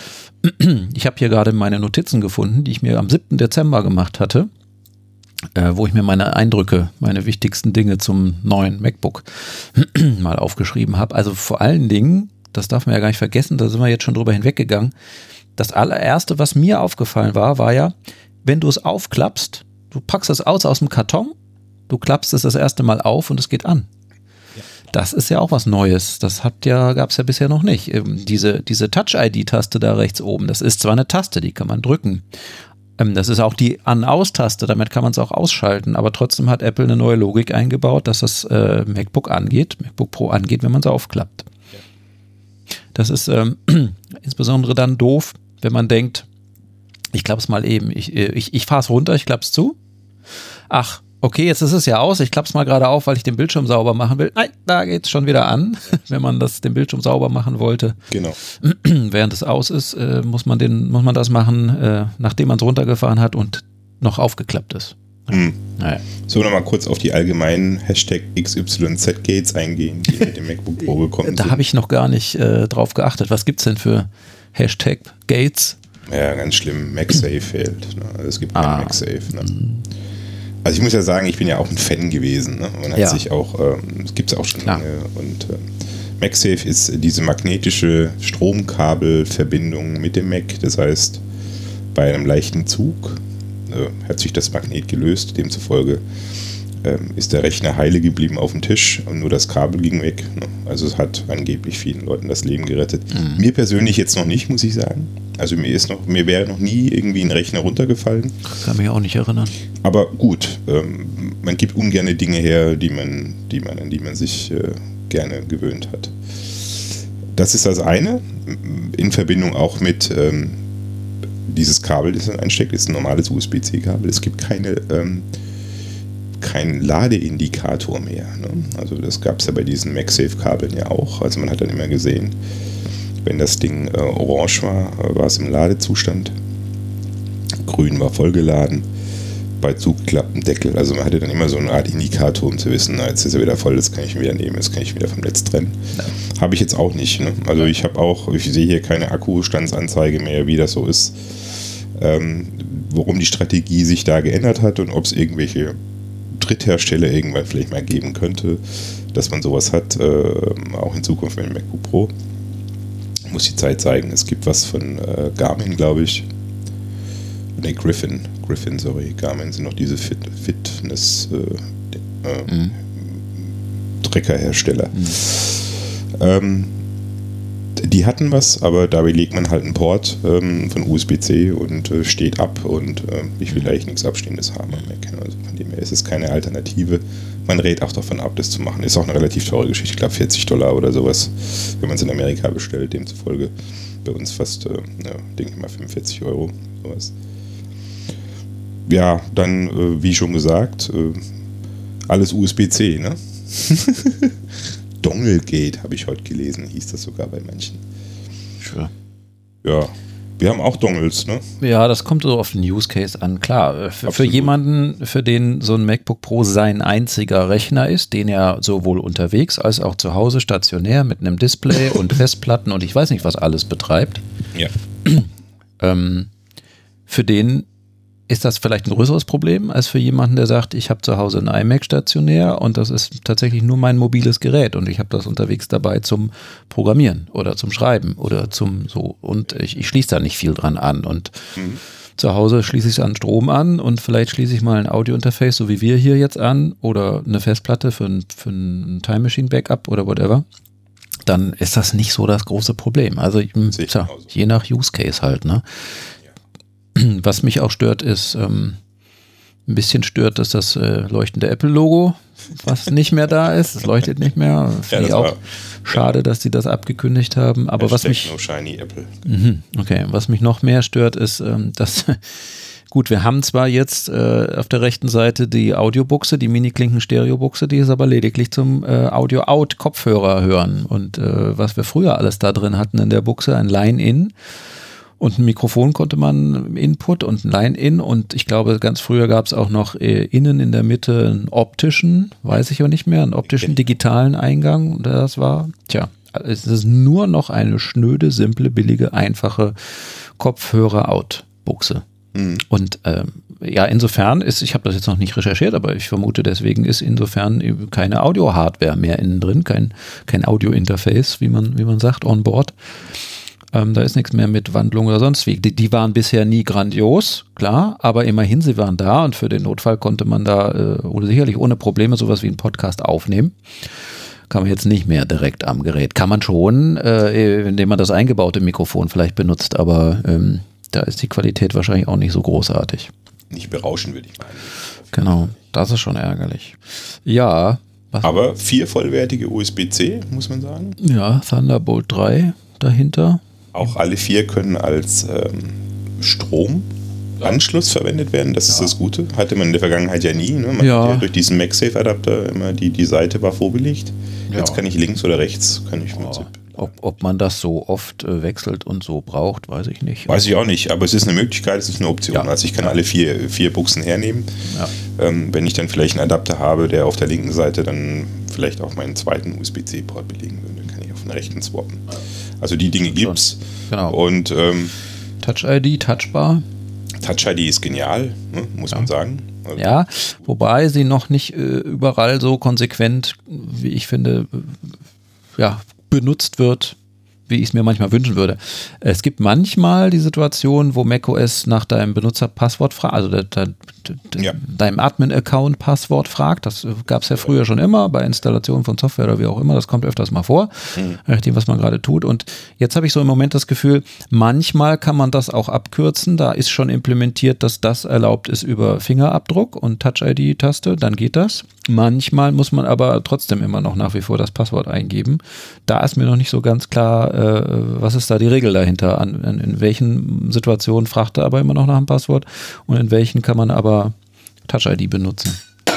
Ich habe hier gerade meine Notizen gefunden, die ich mir am siebten Dezember gemacht hatte, äh, wo ich mir meine Eindrücke, meine wichtigsten Dinge zum neuen MacBook mal aufgeschrieben habe. Also vor allen Dingen, das darf man ja gar nicht vergessen, da sind wir jetzt schon drüber hinweggegangen, das allererste, was mir aufgefallen war, war ja, wenn du es aufklappst, du packst es aus aus dem Karton, du klappst es das erste Mal auf und es geht an. Ja. Das ist ja auch was Neues. Das hat ja, gab es ja bisher noch nicht. Ähm, diese, diese Touch-I D-Taste da rechts oben, das ist zwar eine Taste, die kann man drücken. Ähm, das ist auch die An-Aus-Taste, damit kann man es auch ausschalten, aber trotzdem hat Apple eine neue Logik eingebaut, dass das äh, MacBook angeht, MacBook Pro angeht, wenn man es aufklappt. Ja. Das ist ähm, insbesondere dann doof, wenn man denkt, ich klapp's mal eben, ich, ich, ich fahr's runter, ich klapp's zu. Ach, okay, jetzt ist es ja aus, ich klapp's mal gerade auf, weil ich den Bildschirm sauber machen will. Nein, da geht's schon wieder an, wenn man das, den Bildschirm sauber machen wollte. Genau. Während es aus ist, äh, muss man den, muss man das machen, äh, nachdem man es runtergefahren hat und noch aufgeklappt ist. Hm. Naja. So, nochmal kurz auf die allgemeinen Hashtag X Y Z Gates eingehen, die mit dem MacBook Pro gekommen da sind. habe ich noch gar nicht äh, drauf geachtet. Was gibt's denn für Hashtag Gates? Ja, ganz schlimm. MagSafe fehlt. Ne? Also es gibt keinen ah. MagSafe. Ne? Also ich muss ja sagen, ich bin ja auch ein Fan gewesen. Ne? Man hat ja. sich auch, ähm, das gibt es auch schon lange. Und äh, MagSafe ist diese magnetische Stromkabelverbindung mit dem Mac. Das heißt, bei einem leichten Zug äh, hat sich das Magnet gelöst. Demzufolge ähm, ist der Rechner heile geblieben auf dem Tisch und nur das Kabel ging weg. Ne? Also es hat angeblich vielen Leuten das Leben gerettet. Mhm. Mir persönlich jetzt noch nicht, muss ich sagen. Also mir ist noch, mir wäre noch nie irgendwie ein Rechner runtergefallen. Kann mich auch nicht erinnern. Aber gut, ähm, man gibt ungerne Dinge her, die man, die man, an die man sich äh, gerne gewöhnt hat. Das ist das eine. In Verbindung auch mit ähm, dieses Kabel, das dann einsteckt, ist ein normales U S B C Kabel. Es gibt keine ähm, kein Ladeindikator mehr. Ne? Also das gab es ja bei diesen MagSafe-Kabeln ja auch. Also man hat dann immer gesehen, wenn das Ding äh, orange war, äh, war es im Ladezustand. Grün war vollgeladen. Bei zugeklapptem Deckel. Also man hatte dann immer so eine Art Indikator, um zu wissen, na, jetzt ist er wieder voll, das kann ich wieder nehmen, das kann ich wieder vom Netz trennen. Ja. Habe ich jetzt auch nicht. Ne? Also ich habe auch, ich sehe hier keine Akkustandsanzeige mehr, wie das so ist. Ähm, worum die Strategie sich da geändert hat und ob es irgendwelche Dritthersteller irgendwann vielleicht mal geben könnte, dass man sowas hat, äh, auch in Zukunft mit dem MacBook Pro. Muss die Zeit zeigen. Es gibt was von äh, Garmin, glaube ich. Ne, Griffin. Griffin, sorry. Garmin sind noch diese Fit Fitness äh, äh, mhm. Treckerhersteller. Mhm. Ähm, die hatten was, aber da legt man halt einen Port ähm, von U S B C und äh, steht ab und äh, ich will eigentlich nichts Abstehendes haben am Mac. Also von dem her ist es keine Alternative. Man rät auch davon ab, das zu machen. Ist auch eine relativ teure Geschichte. Ich glaube vierzig Dollar oder sowas, wenn man es in Amerika bestellt. Demzufolge bei uns fast, äh, ja, denke ich mal, fünfundvierzig Euro. Sowas. Ja, dann, äh, wie schon gesagt, äh, alles U S B C, ne? Donglegate habe ich heute gelesen, hieß das sogar bei manchen. Sure. Ja, wir haben auch Dongles, ne? Ja, das kommt so auf den Use Case an. Klar, für, für jemanden, für den so ein MacBook Pro sein einziger Rechner ist, den er sowohl unterwegs als auch zu Hause stationär mit einem Display und Festplatten und ich weiß nicht, was alles betreibt. Ja. ähm, für den ist das vielleicht ein größeres Problem als für jemanden, der sagt, ich habe zu Hause ein iMac stationär und das ist tatsächlich nur mein mobiles Gerät und ich habe das unterwegs dabei zum Programmieren oder zum Schreiben oder zum so und ich, ich schließe da nicht viel dran an und mhm. zu Hause schließe ich es an Strom an und vielleicht schließe ich mal ein Audio-Interface, so wie wir hier jetzt an oder eine Festplatte für ein, für ein Time Machine Backup oder whatever. Dann ist das nicht so das große Problem. Also tja, je nach Use Case halt, ne? Was mich auch stört, ist, ähm, Ein bisschen stört, dass das äh, leuchtende Apple-Logo, was nicht mehr da ist, es leuchtet nicht mehr. Finde Ja, ich auch war, schade, dass die das abgekündigt haben. Aber was mich, no shiny Apple. Mhm, okay, was mich noch mehr stört, ist, ähm, dass, gut, wir haben zwar jetzt äh, auf der rechten Seite die Audiobuchse, die Mini-Klinken-Stereo-Buchse, die ist aber lediglich zum äh, Audio-Out-Kopfhörer hören. Und äh, was wir früher alles da drin hatten in der Buchse, ein Line-In. Und ein Mikrofon konnte man Input und ein Line-In und ich glaube, ganz früher gab es auch noch äh, innen in der Mitte einen optischen, weiß ich auch nicht mehr, einen optischen digitalen Eingang. Und das war, tja, es ist nur noch eine schnöde, simple, billige, einfache Kopfhörer-Out-Buchse. Mhm. Und ähm, ja, insofern ist, ich habe das jetzt noch nicht recherchiert, aber ich vermute, deswegen ist insofern keine Audio-Hardware mehr innen drin, kein, kein Audio-Interface, wie man, wie man sagt, on board. Ähm, da ist nichts mehr mit Wandlung oder sonst wie. Die, die waren bisher nie grandios, klar, aber immerhin, sie waren da und für den Notfall konnte man da äh, oder sicherlich ohne Probleme sowas wie einen Podcast aufnehmen. Kann man jetzt nicht mehr direkt am Gerät. Kann man schon, äh, indem man das eingebaute Mikrofon vielleicht benutzt, aber ähm, da ist die Qualität wahrscheinlich auch nicht so großartig. Nicht berauschen, würde ich meinen. Genau, das ist schon ärgerlich. Ja. Was aber vier vollwertige U S B C, muss man sagen. Ja, Thunderbolt drei dahinter. Auch alle vier können als ähm, Stromanschluss verwendet werden. Das ja. ist das Gute. Hatte man in der Vergangenheit ja nie. Ne? Man ja. hat ja durch diesen MagSafe-Adapter immer die, die Seite war vorbelegt. Ja. Jetzt kann ich links oder rechts, kann ich ja. ob, ob man das so oft äh, wechselt und so braucht, weiß ich nicht. Weiß ich auch nicht, aber es ist eine Möglichkeit, es ist eine Option. Ja. Also ich kann ja. alle vier, vier Buchsen hernehmen. Ja. Ähm, wenn ich dann vielleicht einen Adapter habe, der auf der linken Seite dann vielleicht auch meinen zweiten U S B C-Port belegen würde, dann kann ich auf den rechten swappen. Also die Dinge gibt's. Genau. Und ähm, Touch-I D, Touchbar. Touch-I D ist genial, ne, muss ja. man sagen. Also ja, wobei sie noch nicht äh, überall so konsequent, wie ich finde, äh, ja, benutzt wird, wie ich es mir manchmal wünschen würde. Es gibt manchmal die Situation, wo macOS nach deinem Benutzerpasswort fragt, also de, de, de, ja. deinem Admin-Account-Passwort fragt. Das gab es ja früher schon immer bei Installationen von Software oder wie auch immer. Das kommt öfters mal vor, mhm. nachdem, was man gerade tut. Und jetzt habe ich so im Moment das Gefühl, manchmal kann man das auch abkürzen. Da ist schon implementiert, dass das erlaubt ist über Fingerabdruck und Touch-I D-Taste. Dann geht das. Manchmal muss man aber trotzdem immer noch nach wie vor das Passwort eingeben. Da ist mir noch nicht so ganz klar, äh, was ist da die Regel dahinter? An, in, in welchen Situationen fragt er aber immer noch nach dem Passwort und in welchen kann man aber Touch-I D benutzen?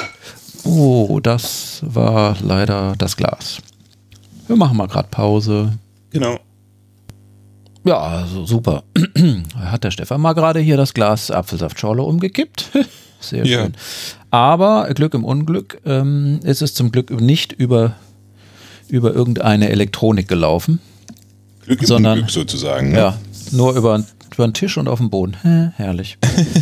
Oh, das war leider das Glas. Wir machen mal gerade Pause. Genau. Ja, also super. Hat der Stefan mal gerade hier das Glas Apfelsaftschorle umgekippt? Sehr schön. Ja. Aber Glück im Unglück ähm, ist es zum Glück nicht über, über irgendeine Elektronik gelaufen. Glück im sondern, Unglück sozusagen. Ne? Ja, nur über, über den Tisch und auf dem Boden. Hä, herrlich.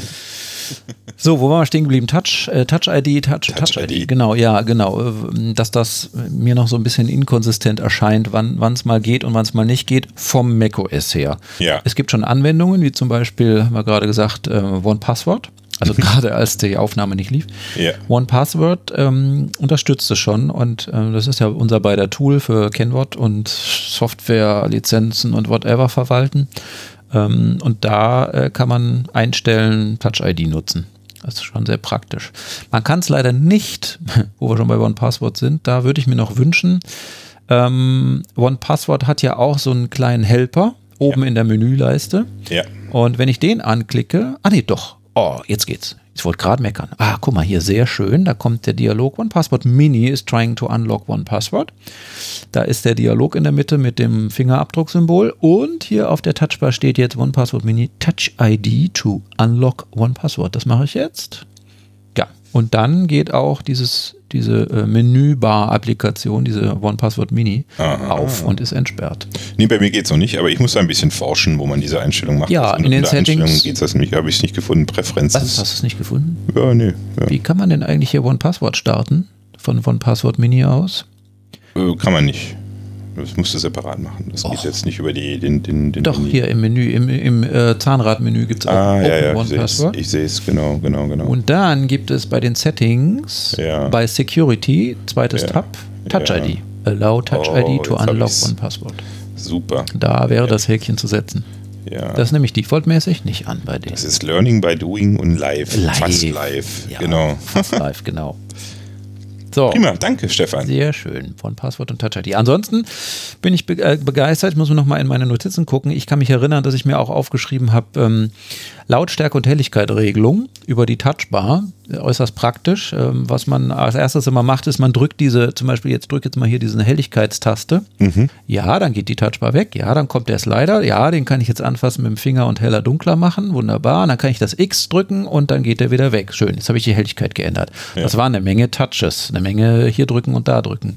So, wo waren wir stehen geblieben? Touch, äh, Touch-I D, Touch, Touch-I D. Touch genau, ja, genau. Dass das mir noch so ein bisschen inkonsistent erscheint, wann es mal geht und wann es mal nicht geht, vom macOS her. Ja. Es gibt schon Anwendungen, wie zum Beispiel, haben wir gerade gesagt, äh, OnePassword. Also gerade als die Aufnahme nicht lief. Yeah. OnePassword ähm, unterstützt es schon und äh, das ist ja unser beider Tool für Kennwort und Software, Lizenzen und whatever verwalten. Ähm, und da äh, kann man einstellen, Touch-I D nutzen. Das ist schon sehr praktisch. Man kann es leider nicht, wo wir schon bei OnePassword sind, da würde ich mir noch wünschen, ähm, OnePassword hat ja auch so einen kleinen Helper oben ja. in der Menüleiste. Ja. Und wenn ich den anklicke, ah nee, doch, oh, jetzt geht's. Ich wollte gerade meckern. Ah, guck mal hier, sehr schön. Da kommt der Dialog. OnePassword Mini is trying to unlock OnePassword. Da ist der Dialog in der Mitte mit dem Fingerabdrucksymbol. Und hier auf der Touchbar steht jetzt OnePassword Mini Touch-I D to unlock OnePassword. Das mache ich jetzt. Ja, und dann geht auch dieses, diese äh, Menübar-Applikation, diese OnePassword Mini, Aha. auf und ist entsperrt. Nee, bei mir geht es noch nicht, aber ich muss ein bisschen forschen, wo man diese Einstellung macht. Ja, also in den Settings geht das nicht, habe ich es nicht gefunden. Präferenzen. Was, hast du es nicht gefunden? Ja, nee. Ja. Wie kann man denn eigentlich hier OnePassword starten? Von OnePassword Mini aus? Äh, kann man nicht. Das musst du separat machen. Das oh. geht jetzt nicht über die, den, den, den Doch, Menü. hier im Menü, im, im äh, Zahnradmenü gibt es auch ah, Open ja, ja, OnePassword. Ich sehe es, genau, genau, genau. Und dann gibt es bei den Settings, ja. bei Security, zweites ja. Tab, Touch-I D. Ja. Allow Touch-I D oh, to unlock OnePassword. Super. Da wäre ja. das Häkchen zu setzen. Ja. Das ist nämlich defaultmäßig nicht an bei denen. Das ist Learning by Doing und live. Live. Fast live, Ja, genau. Fast live, genau. So. Prima, danke Stefan. Sehr schön, von Passwort und Touch I D. Ansonsten bin ich be äh, begeistert, ich muss mir nochmal in meine Notizen gucken. Ich kann mich erinnern, dass ich mir auch aufgeschrieben habe, ähm, Lautstärke und Helligkeit-Regelung über die Touchbar, äh, äußerst praktisch. Ähm, was man als erstes immer macht, ist, man drückt diese, zum Beispiel jetzt drücke jetzt mal hier diese Helligkeitstaste. Mhm. Ja, dann geht die Touchbar weg. Ja, dann kommt der Slider. Ja, den kann ich jetzt anfassen mit dem Finger und heller, dunkler machen. Wunderbar. Und dann kann ich das X drücken und dann geht der wieder weg. Schön, jetzt habe ich die Helligkeit geändert. Ja. Das war eine Menge Touches, eine Menge hier drücken und da drücken.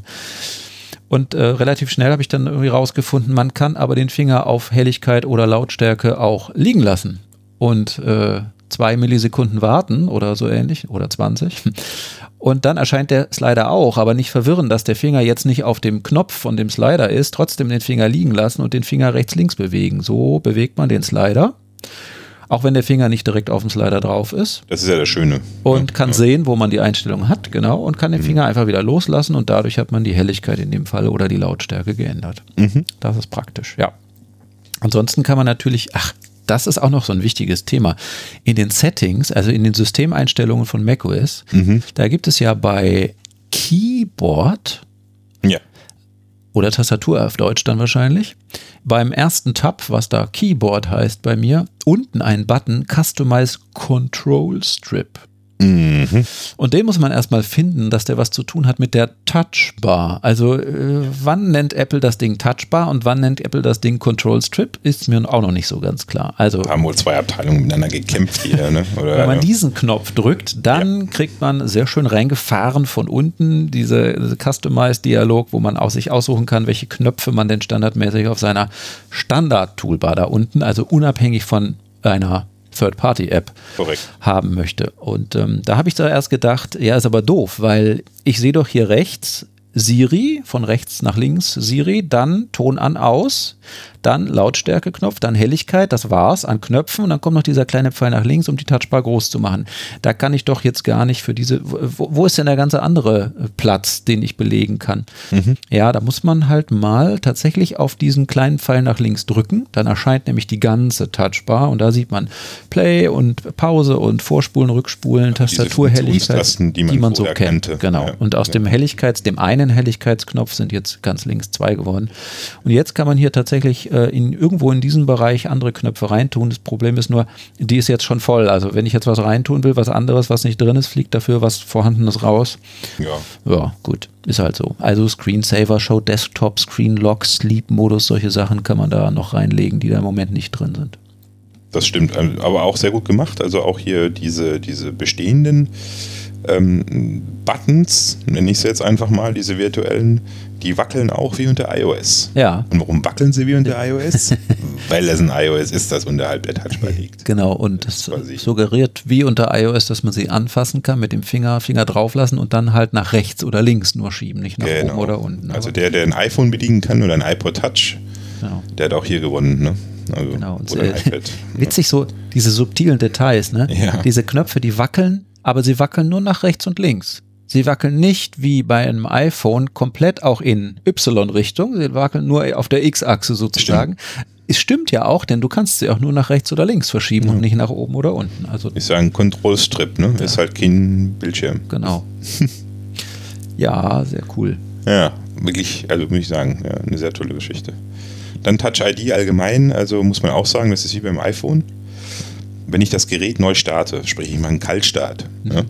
Und äh, relativ schnell habe ich dann irgendwie rausgefunden, man kann aber den Finger auf Helligkeit oder Lautstärke auch liegen lassen und äh, zwei Millisekunden warten oder so ähnlich oder zwanzig. Und dann erscheint der Slider auch, aber nicht verwirren, dass der Finger jetzt nicht auf dem Knopf von dem Slider ist, trotzdem den Finger liegen lassen und den Finger rechts-links bewegen. So bewegt man den Slider. Auch wenn der Finger nicht direkt auf dem Slider drauf ist. Das ist ja das Schöne. Und ja, kann ja. sehen, wo man die Einstellung hat, genau, und kann den Finger mhm. einfach wieder loslassen und dadurch hat man die Helligkeit in dem Fall oder die Lautstärke geändert. Mhm. Das ist praktisch, ja. Ansonsten kann man natürlich, ach, das ist auch noch so ein wichtiges Thema. In den Settings, also in den Systemeinstellungen von macOS, mhm. da gibt es ja bei Keyboard ja. oder Tastatur auf Deutsch dann wahrscheinlich, beim ersten Tab, was da Keyboard heißt bei mir, unten einen Button Customize Control Strip. Mhm. Und den muss man erstmal finden, dass der was zu tun hat mit der Touchbar. Also äh, wann nennt Apple das Ding Touchbar und wann nennt Apple das Ding Control Strip, ist mir auch noch nicht so ganz klar. Also haben wohl zwei Abteilungen miteinander gekämpft hier. Ne? Oder, wenn man ja. diesen Knopf drückt, dann ja. kriegt man sehr schön reingefahren von unten diese, diese Customize-Dialog, wo man auch sich aussuchen kann, welche Knöpfe man denn standardmäßig auf seiner Standard-Toolbar da unten, also unabhängig von einer Third-Party-App Korrekt. haben möchte. Und ähm, da habe ich da erst gedacht, ja, ist aber doof, weil ich sehe doch hier rechts Siri, von rechts nach links Siri, dann Ton an, aus, dann Lautstärke-Knopf, dann Helligkeit, das war's an Knöpfen und dann kommt noch dieser kleine Pfeil nach links, um die Touchbar groß zu machen. Da kann ich doch jetzt gar nicht für diese, wo, wo ist denn der ganze andere Platz, den ich belegen kann? Mhm. Ja, da muss man halt mal tatsächlich auf diesen kleinen Pfeil nach links drücken, dann erscheint nämlich die ganze Touchbar und da sieht man Play und Pause und Vorspulen, Rückspulen, Tastatur, Helligkeit, die man, die man so kennt. Kannte. Genau. Ja. Und aus ja. dem Helligkeits, dem einen Helligkeitsknopf sind jetzt ganz links zwei geworden. Und jetzt kann man hier tatsächlich äh, in, irgendwo in diesen Bereich andere Knöpfe reintun. Das Problem ist nur, die ist jetzt schon voll. Also wenn ich jetzt was reintun will, was anderes, was nicht drin ist, fliegt dafür was Vorhandenes raus. Ja. Ja, gut. Ist halt so. Also Screensaver, Show Desktop, Screen Lock, Sleep Modus, solche Sachen kann man da noch reinlegen, die da im Moment nicht drin sind. Das stimmt, aber auch sehr gut gemacht. Also auch hier diese, diese bestehenden ähm, Buttons, nenne ich sie jetzt einfach mal, diese virtuellen, die wackeln auch wie unter iOS. Ja. Und warum wackeln sie wie unter iOS? Weil es ein iOS ist, das unterhalb der Touchbar liegt. Genau, und das suggeriert wie unter iOS, dass man sie anfassen kann, mit dem Finger, Finger drauflassen und dann halt nach rechts oder links nur schieben, nicht nach genau. oben oder unten. Also der, der ein iPhone bedienen kann oder ein iPod Touch, genau. der hat auch hier gewonnen, ne? Also, genau. Und oder ein iPad. Witzig so, diese subtilen Details, ne? Ja. Diese Knöpfe, die wackeln, aber sie wackeln nur nach rechts und links. Sie wackeln nicht wie bei einem iPhone komplett auch in Y-Richtung, sie wackeln nur auf der X-Achse sozusagen. Stimmt. Es stimmt ja auch, denn du kannst sie auch nur nach rechts oder links verschieben ja. und nicht nach oben oder unten. Also ist ja ein Control-Strip, ne? Ja. Ist halt kein Bildschirm. Genau. Ja, sehr cool. Ja, wirklich, also muss ich sagen, ja, eine sehr tolle Geschichte. Dann Touch I D allgemein, also muss man auch sagen, das ist wie beim iPhone. Wenn ich das Gerät neu starte, sprich ich mache einen Kaltstart, mhm. ja,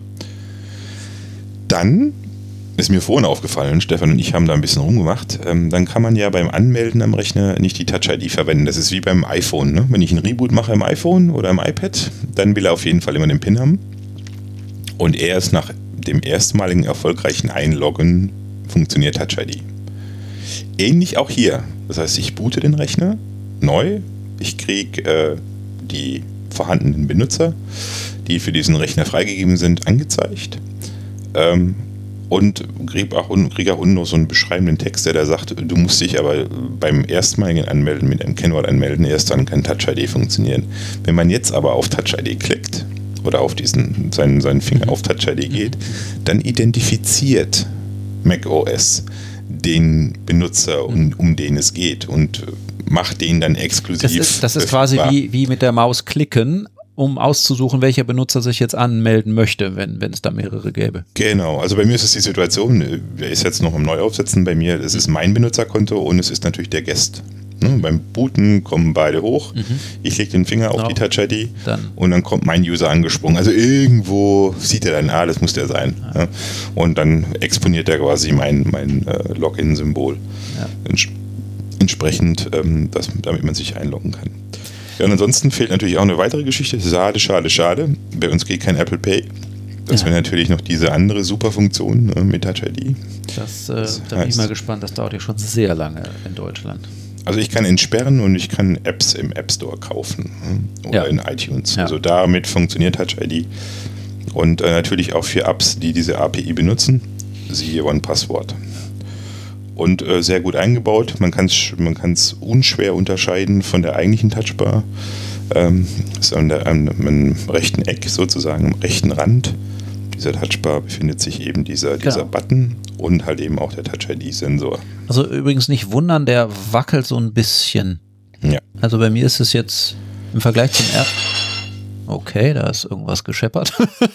dann ist mir vorhin aufgefallen, Stefan und ich haben da ein bisschen rumgemacht, ähm, dann kann man ja beim Anmelden am Rechner nicht die Touch I D verwenden. Das ist wie beim iPhone. Ne? Wenn ich einen Reboot mache im iPhone oder im iPad, dann will er auf jeden Fall immer den PIN haben. Und erst nach dem erstmaligen erfolgreichen Einloggen funktioniert Touch I D. Ähnlich auch hier. Das heißt, ich boote den Rechner neu, ich kriege äh, die vorhandenen Benutzer, die für diesen Rechner freigegeben sind, angezeigt. Ähm, und kriege auch, krieg auch unten noch so einen beschreibenden Text, der da sagt, du musst dich aber beim erstmaligen Anmelden mit einem Kennwort anmelden, erst dann kann Touch I D funktionieren. Wenn man jetzt aber auf Touch I D klickt oder auf diesen, seinen, seinen Finger auf Touch I D geht, dann identifiziert macOS den Benutzer, um, um den es geht und macht den dann exklusiv. Das ist, das ist quasi wie, wie mit der Maus klicken, um auszusuchen, welcher Benutzer sich jetzt anmelden möchte, wenn, wenn es da mehrere gäbe. Genau, also bei mir ist es die Situation, wer ist jetzt noch im Neuaufsetzen bei mir, es ist mein Benutzerkonto und es ist natürlich der Guest. Ne, beim Booten kommen beide hoch, mhm. ich lege den Finger auf genau. die Touch-I D dann. Und dann kommt mein User angesprungen. Also irgendwo sieht er dann, ah, das muss der sein. Ja. Ja. Und dann exponiert er quasi mein, mein äh, Login-Symbol. Ja. Ents- entsprechend, ähm, dass, damit man sich einloggen kann. Ja, und ansonsten fehlt natürlich auch eine weitere Geschichte. Schade, schade, schade. Bei uns geht kein Apple Pay. Das ja. wäre natürlich noch diese andere super Funktion ne, mit Touch-I D. Das, äh, das da bin ich mal gespannt. Das dauert ja schon sehr lange in Deutschland. Also ich kann entsperren und ich kann Apps im App Store kaufen hm, oder ja. in iTunes. Ja. Also damit funktioniert Touch-I D. Und äh, natürlich auch für Apps, die diese A P I benutzen. Siehe OnePassword. Und äh, sehr gut eingebaut. Man kann es man kann's unschwer unterscheiden von der eigentlichen Touchbar. Ähm, ist an der, am, am rechten Eck sozusagen, am rechten Rand dieser Touchbar befindet sich eben dieser, genau. dieser Button und halt eben auch der Touch-I D-Sensor. Also übrigens nicht wundern, der wackelt so ein bisschen. Ja. Also bei mir ist es jetzt im Vergleich zum ersten... Okay, da ist irgendwas gescheppert.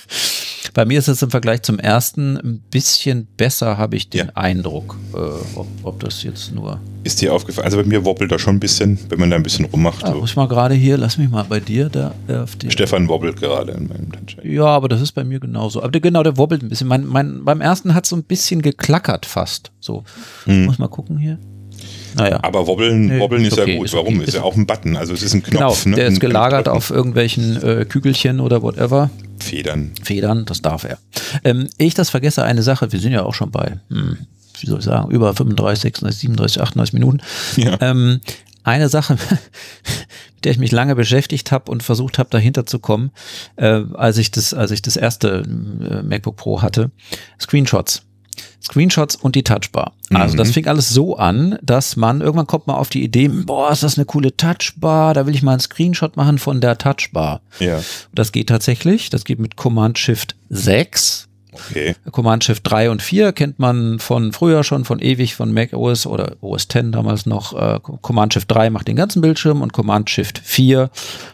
Bei mir ist es im Vergleich zum ersten ein bisschen besser, habe ich den ja. Eindruck, äh, ob, ob das jetzt nur... Ist dir aufgefallen? Also bei mir wobbelt da schon ein bisschen, wenn man da ein bisschen rummacht. Ah, so. Muss ich mal gerade hier, lass mich mal bei dir da auf die... Stefan wobbelt gerade in meinem Touch-I D. Ja, aber das ist bei mir genauso. Aber der, genau, der wobbelt ein bisschen. Mein, mein, beim ersten hat es so ein bisschen geklackert fast. So, hm. muss mal gucken hier. Naja. Aber wobbeln, nee, wobbeln ist, ist okay, ja gut. Ist Warum? Okay. Ist ja auch ein Button. Also es ist ein Knopf. Genau, der ne? ist gelagert auf irgendwelchen äh, Kügelchen oder whatever. Federn. Federn, das darf er. Ähm, ehe ich das vergesse, eine Sache, wir sind ja auch schon bei, hm, wie soll ich sagen, über fünfunddreißig, sechsunddreißig, siebenunddreißig, achtunddreißig Minuten. Ja. Ähm, eine Sache, mit der ich mich lange beschäftigt habe und versucht habe, dahinter zu kommen, äh, als ich das, als ich das erste äh, MacBook Pro hatte, Screenshots. Screenshots und die Touchbar. Also mhm. das fing alles so an, dass man, irgendwann kommt man auf die Idee, boah, ist das eine coole Touchbar, da will ich mal einen Screenshot machen von der Touchbar. Ja. Das geht tatsächlich, das geht mit Command-Shift sechs. Okay. Command-Shift drei und vier kennt man von früher schon, von ewig, von macOS oder O S zehn damals noch. Äh, Command-Shift drei macht den ganzen Bildschirm und Command-Shift vier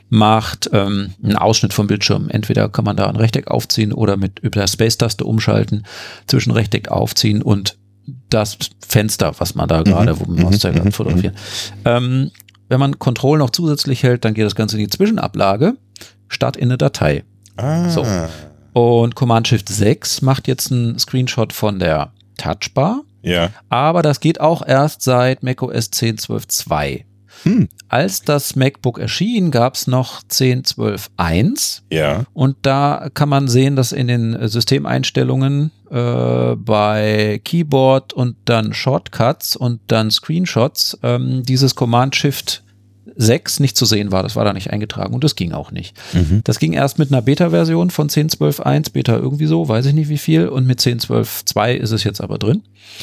macht ähm, einen Ausschnitt vom Bildschirm. Entweder kann man da ein Rechteck aufziehen oder mit über der Space-Taste umschalten, zwischen Rechteck aufziehen und das Fenster, was man da gerade, mhm. wo man Mauszeiger mhm. fotografiert. Ähm, wenn man Control noch zusätzlich hält, dann geht das Ganze in die Zwischenablage statt in eine Datei. Ah. So. Und Command-Shift sechs macht jetzt einen Screenshot von der Touchbar. Ja. Aber das geht auch erst seit macOS zehn Punkt zwölf Punkt zwei. Hm. Als das MacBook erschien, gab es noch zehn Punkt zwölf Punkt eins. Ja. Und da kann man sehen, dass in den Systemeinstellungen äh, bei Keyboard und dann Shortcuts und dann Screenshots ähm, dieses Command-Shift sechs nicht zu sehen war, das war da nicht eingetragen und das ging auch nicht. Mhm. Das ging erst mit einer Beta-Version von zehn Punkt zwölf Punkt eins, Beta irgendwie so, weiß ich nicht wie viel, und mit zehn Punkt zwölf Punkt zwei ist es jetzt aber drin.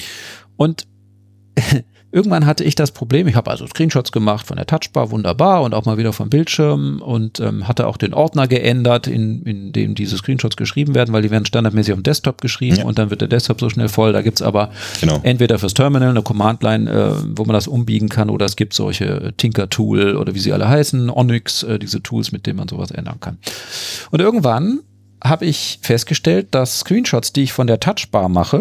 Und irgendwann hatte ich das Problem, ich habe also Screenshots gemacht von der Touchbar, wunderbar, und auch mal wieder vom Bildschirm und ähm, hatte auch den Ordner geändert, in, in dem diese Screenshots geschrieben werden, weil die werden standardmäßig auf dem Desktop geschrieben, ja. Und dann wird der Desktop so schnell voll. Da gibt es aber genau. entweder fürs Terminal eine Command-Line, äh, wo man das umbiegen kann, oder es gibt solche Tinker-Tool oder wie sie alle heißen, Onyx, äh, diese Tools, mit denen man sowas ändern kann. Und irgendwann habe ich festgestellt, dass Screenshots, die ich von der Touchbar mache,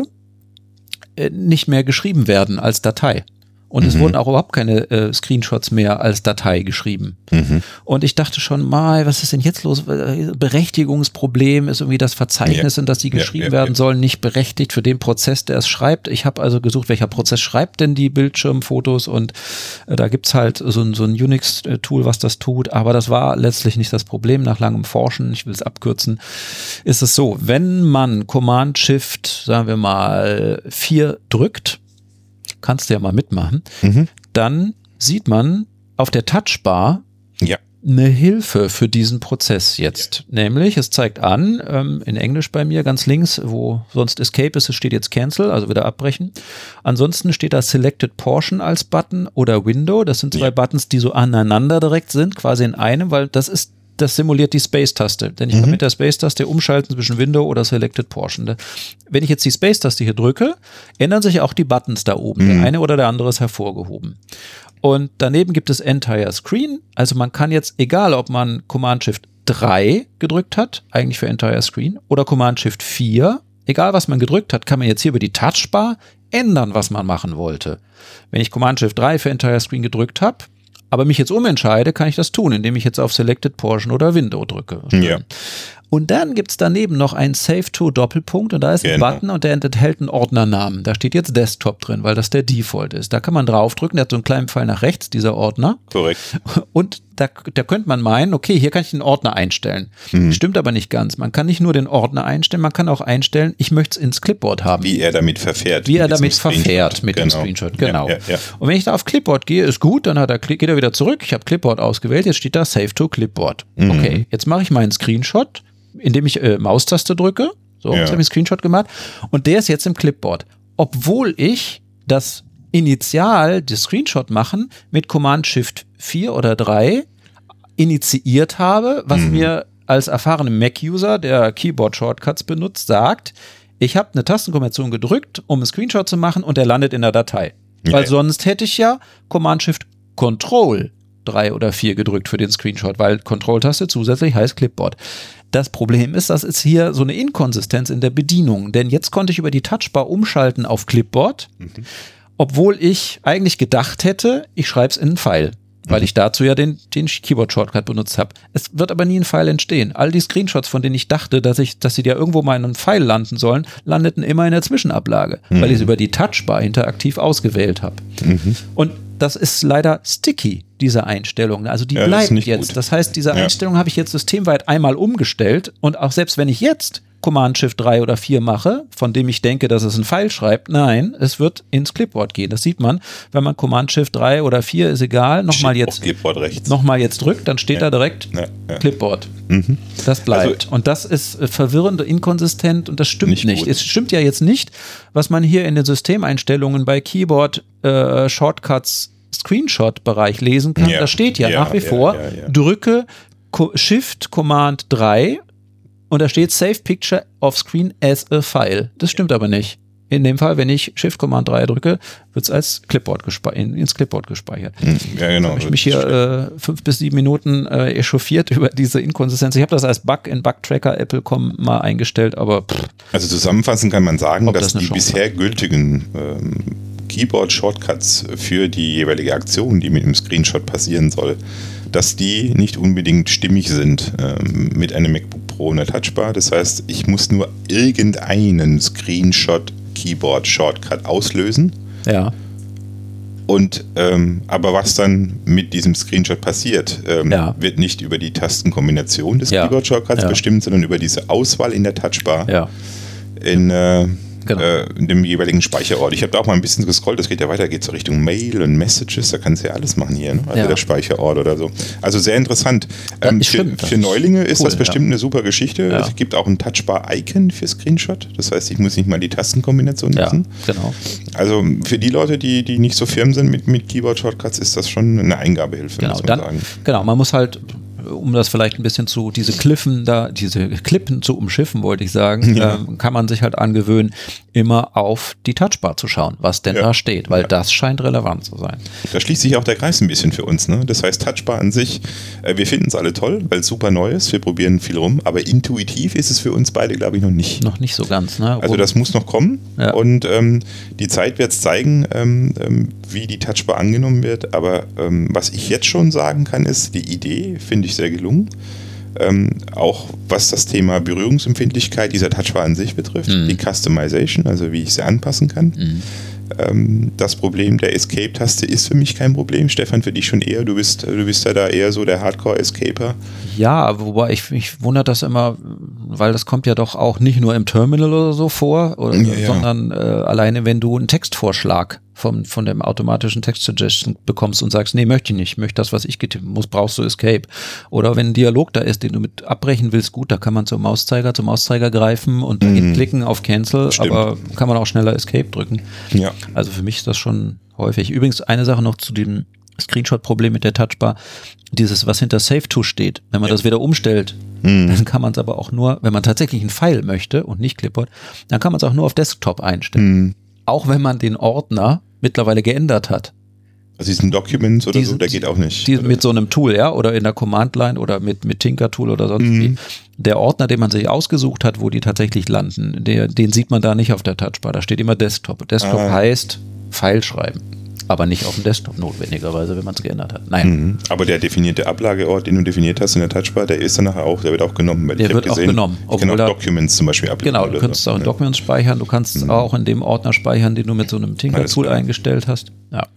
äh, nicht mehr geschrieben werden als Datei. Und mhm. es wurden auch überhaupt keine äh, Screenshots mehr als Datei geschrieben. Mhm. Und ich dachte schon, mal, was ist denn jetzt los? Berechtigungsproblem ist irgendwie das Verzeichnis, ja. in das die geschrieben ja, ja, werden ja. sollen, nicht berechtigt für den Prozess, der es schreibt. Ich habe also gesucht, welcher Prozess schreibt denn die Bildschirmfotos, und äh, da gibt's halt so ein, so ein Unix-Tool, was das tut. Aber das war letztlich nicht das Problem. Nach langem Forschen, ich will es abkürzen, ist es so, wenn man Command-Shift, sagen wir mal, vier drückt, kannst du ja mal mitmachen, mhm. dann sieht man auf der Touchbar ja. eine Hilfe für diesen Prozess jetzt. Ja. Nämlich, es zeigt an, ähm, in Englisch bei mir ganz links, wo sonst Escape ist, es steht jetzt Cancel, also wieder abbrechen. Ansonsten steht da Selected Portion als Button oder Window. Das sind zwei ja. Buttons, die so aneinander direkt sind, quasi in einem, weil das ist das simuliert die Space-Taste, denn ich mhm. kann mit der Space-Taste umschalten zwischen Window oder Selected Portion. Wenn ich jetzt die Space-Taste hier drücke, ändern sich auch die Buttons da oben. Mhm. Der eine oder der andere ist hervorgehoben. Und daneben gibt es Entire Screen. Also man kann jetzt, egal ob man Command-Shift drei gedrückt hat, eigentlich für Entire Screen, oder Command-Shift vier, egal was man gedrückt hat, kann man jetzt hier über die Touchbar ändern, was man machen wollte. Wenn ich Command-Shift drei für Entire Screen gedrückt habe, aber mich jetzt umentscheide, kann ich das tun, indem ich jetzt auf Selected Portion oder Window drücke. Ja. Und dann gibt es daneben noch einen Save to Doppelpunkt und da ist ein Genau. Button und der enthält einen Ordnernamen. Da steht jetzt Desktop drin, weil das der Default ist. Da kann man draufdrücken, der hat so einen kleinen Pfeil nach rechts, dieser Ordner. Korrekt. Und da, da könnte man meinen, okay, hier kann ich den Ordner einstellen. Mhm. Stimmt aber nicht ganz. Man kann nicht nur den Ordner einstellen, man kann auch einstellen, ich möchte es ins Clipboard haben. Wie er damit verfährt. Wie er mit diesem damit Screenshot. verfährt mit genau. dem Screenshot, genau. Ja, ja, ja. Und wenn ich da auf Clipboard gehe, ist gut, dann hat er, geht er wieder zurück. Ich habe Clipboard ausgewählt, jetzt steht da Save to Clipboard. Mhm. Okay, jetzt mache ich meinen Screenshot, indem ich äh, Maustaste drücke. So, Ja. jetzt habe ich einen Screenshot gemacht. Und der ist jetzt im Clipboard. Obwohl ich das Initial, das Screenshot machen, mit Command-Shift vier oder drei initiiert habe, was Mhm. mir als erfahrener Mac-User, der Keyboard-Shortcuts benutzt, sagt, ich habe eine Tastenkombination gedrückt, um einen Screenshot zu machen und der landet in der Datei. Ja. Weil sonst hätte ich ja Command-Shift-Control drei oder vier gedrückt für den Screenshot, weil Control-Taste zusätzlich heißt Clipboard. Das Problem ist, das ist hier so eine Inkonsistenz in der Bedienung, denn jetzt konnte ich über die Touchbar umschalten auf Clipboard, Mhm. obwohl ich eigentlich gedacht hätte, ich schreibe es in einen Pfeil, weil ich dazu ja den, den Keyboard-Shortcut benutzt habe. Es wird aber nie ein Pfeil entstehen. All die Screenshots, von denen ich dachte, dass, ich, dass sie ja irgendwo mal in einem Pfeil landen sollen, landeten immer in der Zwischenablage, Mhm. weil ich es über die Touchbar interaktiv ausgewählt habe. Mhm. Und das ist leider sticky, diese Einstellung. Also die Ja, das ist bleibt nicht jetzt. gut. Das heißt, diese Ja. Einstellung habe ich jetzt systemweit einmal umgestellt und auch selbst wenn ich jetzt Command-Shift drei oder vier mache, von dem ich denke, dass es ein Pfeil schreibt, nein, es wird ins Clipboard gehen. Das sieht man, wenn man Command-Shift drei oder vier, ist egal, nochmal Steht jetzt, auf Clipboard rechts. nochmal jetzt drückt, dann steht Ja. da direkt Ja, ja. Clipboard. Mhm. Das bleibt. Also- und das ist äh, verwirrend, inkonsistent und das stimmt Nicht nicht. gut. Es stimmt ja jetzt nicht, was man hier in den Systemeinstellungen bei Keyboard äh, Shortcuts Screenshot-Bereich lesen kann. Ja. Da steht ja, Ja, nach wie ja, vor, ja, ja. drücke Co- Shift Command drei und da steht Save Picture of Screen as a File. Das stimmt aber nicht. In dem Fall, wenn ich Shift Command drei drücke, wird es als Clipboard gespe- in, ins Clipboard gespeichert. Mhm. Ja, genau. Habe ich mich hier äh, fünf bis sieben Minuten äh, echauffiert über diese Inkonsistenz. Ich habe das als Bug in Bugtracker Apple Punkt com mal eingestellt, aber pff, Also zusammenfassend kann man sagen, Ob dass das eine die Chance bisher gültigen ähm, Keyboard-Shortcuts für die jeweilige Aktion, die mit dem Screenshot passieren soll, dass die nicht unbedingt stimmig sind ähm, mit einem MacBook Pro und der Touchbar. Das heißt, ich muss nur irgendeinen Screenshot-Keyboard-Shortcut auslösen. ja. Und ähm, aber was dann mit diesem Screenshot passiert, ähm, Ja. wird nicht über die Tastenkombination des Ja. Keyboard-Shortcuts Ja. bestimmt, sondern über diese Auswahl in der Touchbar Ja. in, äh, Genau. äh, in dem jeweiligen Speicherort. Ich habe da auch mal ein bisschen gescrollt, das geht ja weiter, geht so Richtung Mail und Messages, da kannst du ja alles machen hier, ne? Also Ja. der Speicherort oder so. Also sehr interessant. Ja, Ähm, für, stimmt, das für ist Neulinge ist cool, das bestimmt eine super Geschichte. Ja. Es gibt auch ein Touchbar-Icon für Screenshot, das heißt, ich muss nicht mal die Tastenkombination Ja, nutzen. genau. Also für die Leute, die, die nicht so firm sind mit, mit Keyboard-Shortcuts, ist das schon eine Eingabehilfe, Genau, muss man dann, sagen. genau, man muss halt, um das vielleicht ein bisschen zu, diese Kliffen da, diese Klippen zu umschiffen, wollte ich sagen, Ja. ähm, kann man sich halt angewöhnen, immer auf die Touchbar zu schauen, was denn Ja. da steht, weil Ja. das scheint relevant zu sein. Da schließt sich auch der Kreis ein bisschen für uns. Ne? Das heißt, Touchbar an sich, äh, wir finden es alle toll, weil es super neu ist, wir probieren viel rum, aber intuitiv ist es für uns beide, glaube ich, noch nicht. Noch nicht so ganz, ne? Also das muss noch kommen Ja. und ähm, die Zeit wird es zeigen, ähm, ähm, wie die Touchbar angenommen wird. Aber ähm, was ich jetzt schon sagen kann, ist, die Idee finde ich sehr gelungen. Ähm, auch was das Thema Berührungsempfindlichkeit dieser Touchbar an sich betrifft, Mhm. die Customization, also wie ich sie anpassen kann. Mhm. Ähm, das Problem der Escape-Taste ist für mich kein Problem. Stefan, für dich schon eher. Du bist, du bist ja da eher so der Hardcore-Escaper. Ja, wobei ich, ich wundert das immer, weil das kommt ja doch auch nicht nur im Terminal oder so vor, oder, Ja, ja. sondern äh, alleine wenn du einen Textvorschlag vom, von dem automatischen Text-Suggestion bekommst und sagst, nee, möchte ich nicht, möchte das, was ich getippt muss, brauchst du Escape. Oder wenn ein Dialog da ist, den du mit abbrechen willst, gut, da kann man zum Mauszeiger, zum Mauszeiger greifen und dahin klicken auf Cancel, Stimmt. aber kann man auch schneller Escape drücken. Ja. Also für mich ist das schon häufig. Übrigens eine Sache noch zu dem Screenshot-Problem mit der Touchbar, dieses, was hinter Save To steht. Wenn man Ja. das wieder umstellt, Mhm. dann kann man es aber auch nur, wenn man tatsächlich einen File möchte und nicht Clipboard, dann kann man es auch nur auf Desktop einstellen. Mhm. Auch wenn man den Ordner mittlerweile geändert hat. Also diesen Documents oder diesen, so, der geht auch nicht. Diesen mit so einem Tool, ja, oder in der Command-Line oder mit, mit Tinker-Tool oder sonst Mhm. wie. Der Ordner, den man sich ausgesucht hat, wo die tatsächlich landen, der, den sieht man da nicht auf der Touchbar. Da steht immer Desktop. Desktop Ah. heißt File schreiben. Aber nicht auf dem Desktop notwendigerweise, wenn man es geändert hat. Nein. Mhm. Aber der definierte Ablageort, den du definiert hast in der Touchbar, der ist dann nachher auch, der wird auch genommen. Weil Der ich hab wird auch gesehen, genommen, Ich kann obwohl auch da- Documents zum Beispiel ablegen. Genau, du oder kannst so. auch in Documents speichern, du kannst Mhm. auch in dem Ordner speichern, den du mit so einem Alles Tinker-Tool klar. eingestellt hast. Ja.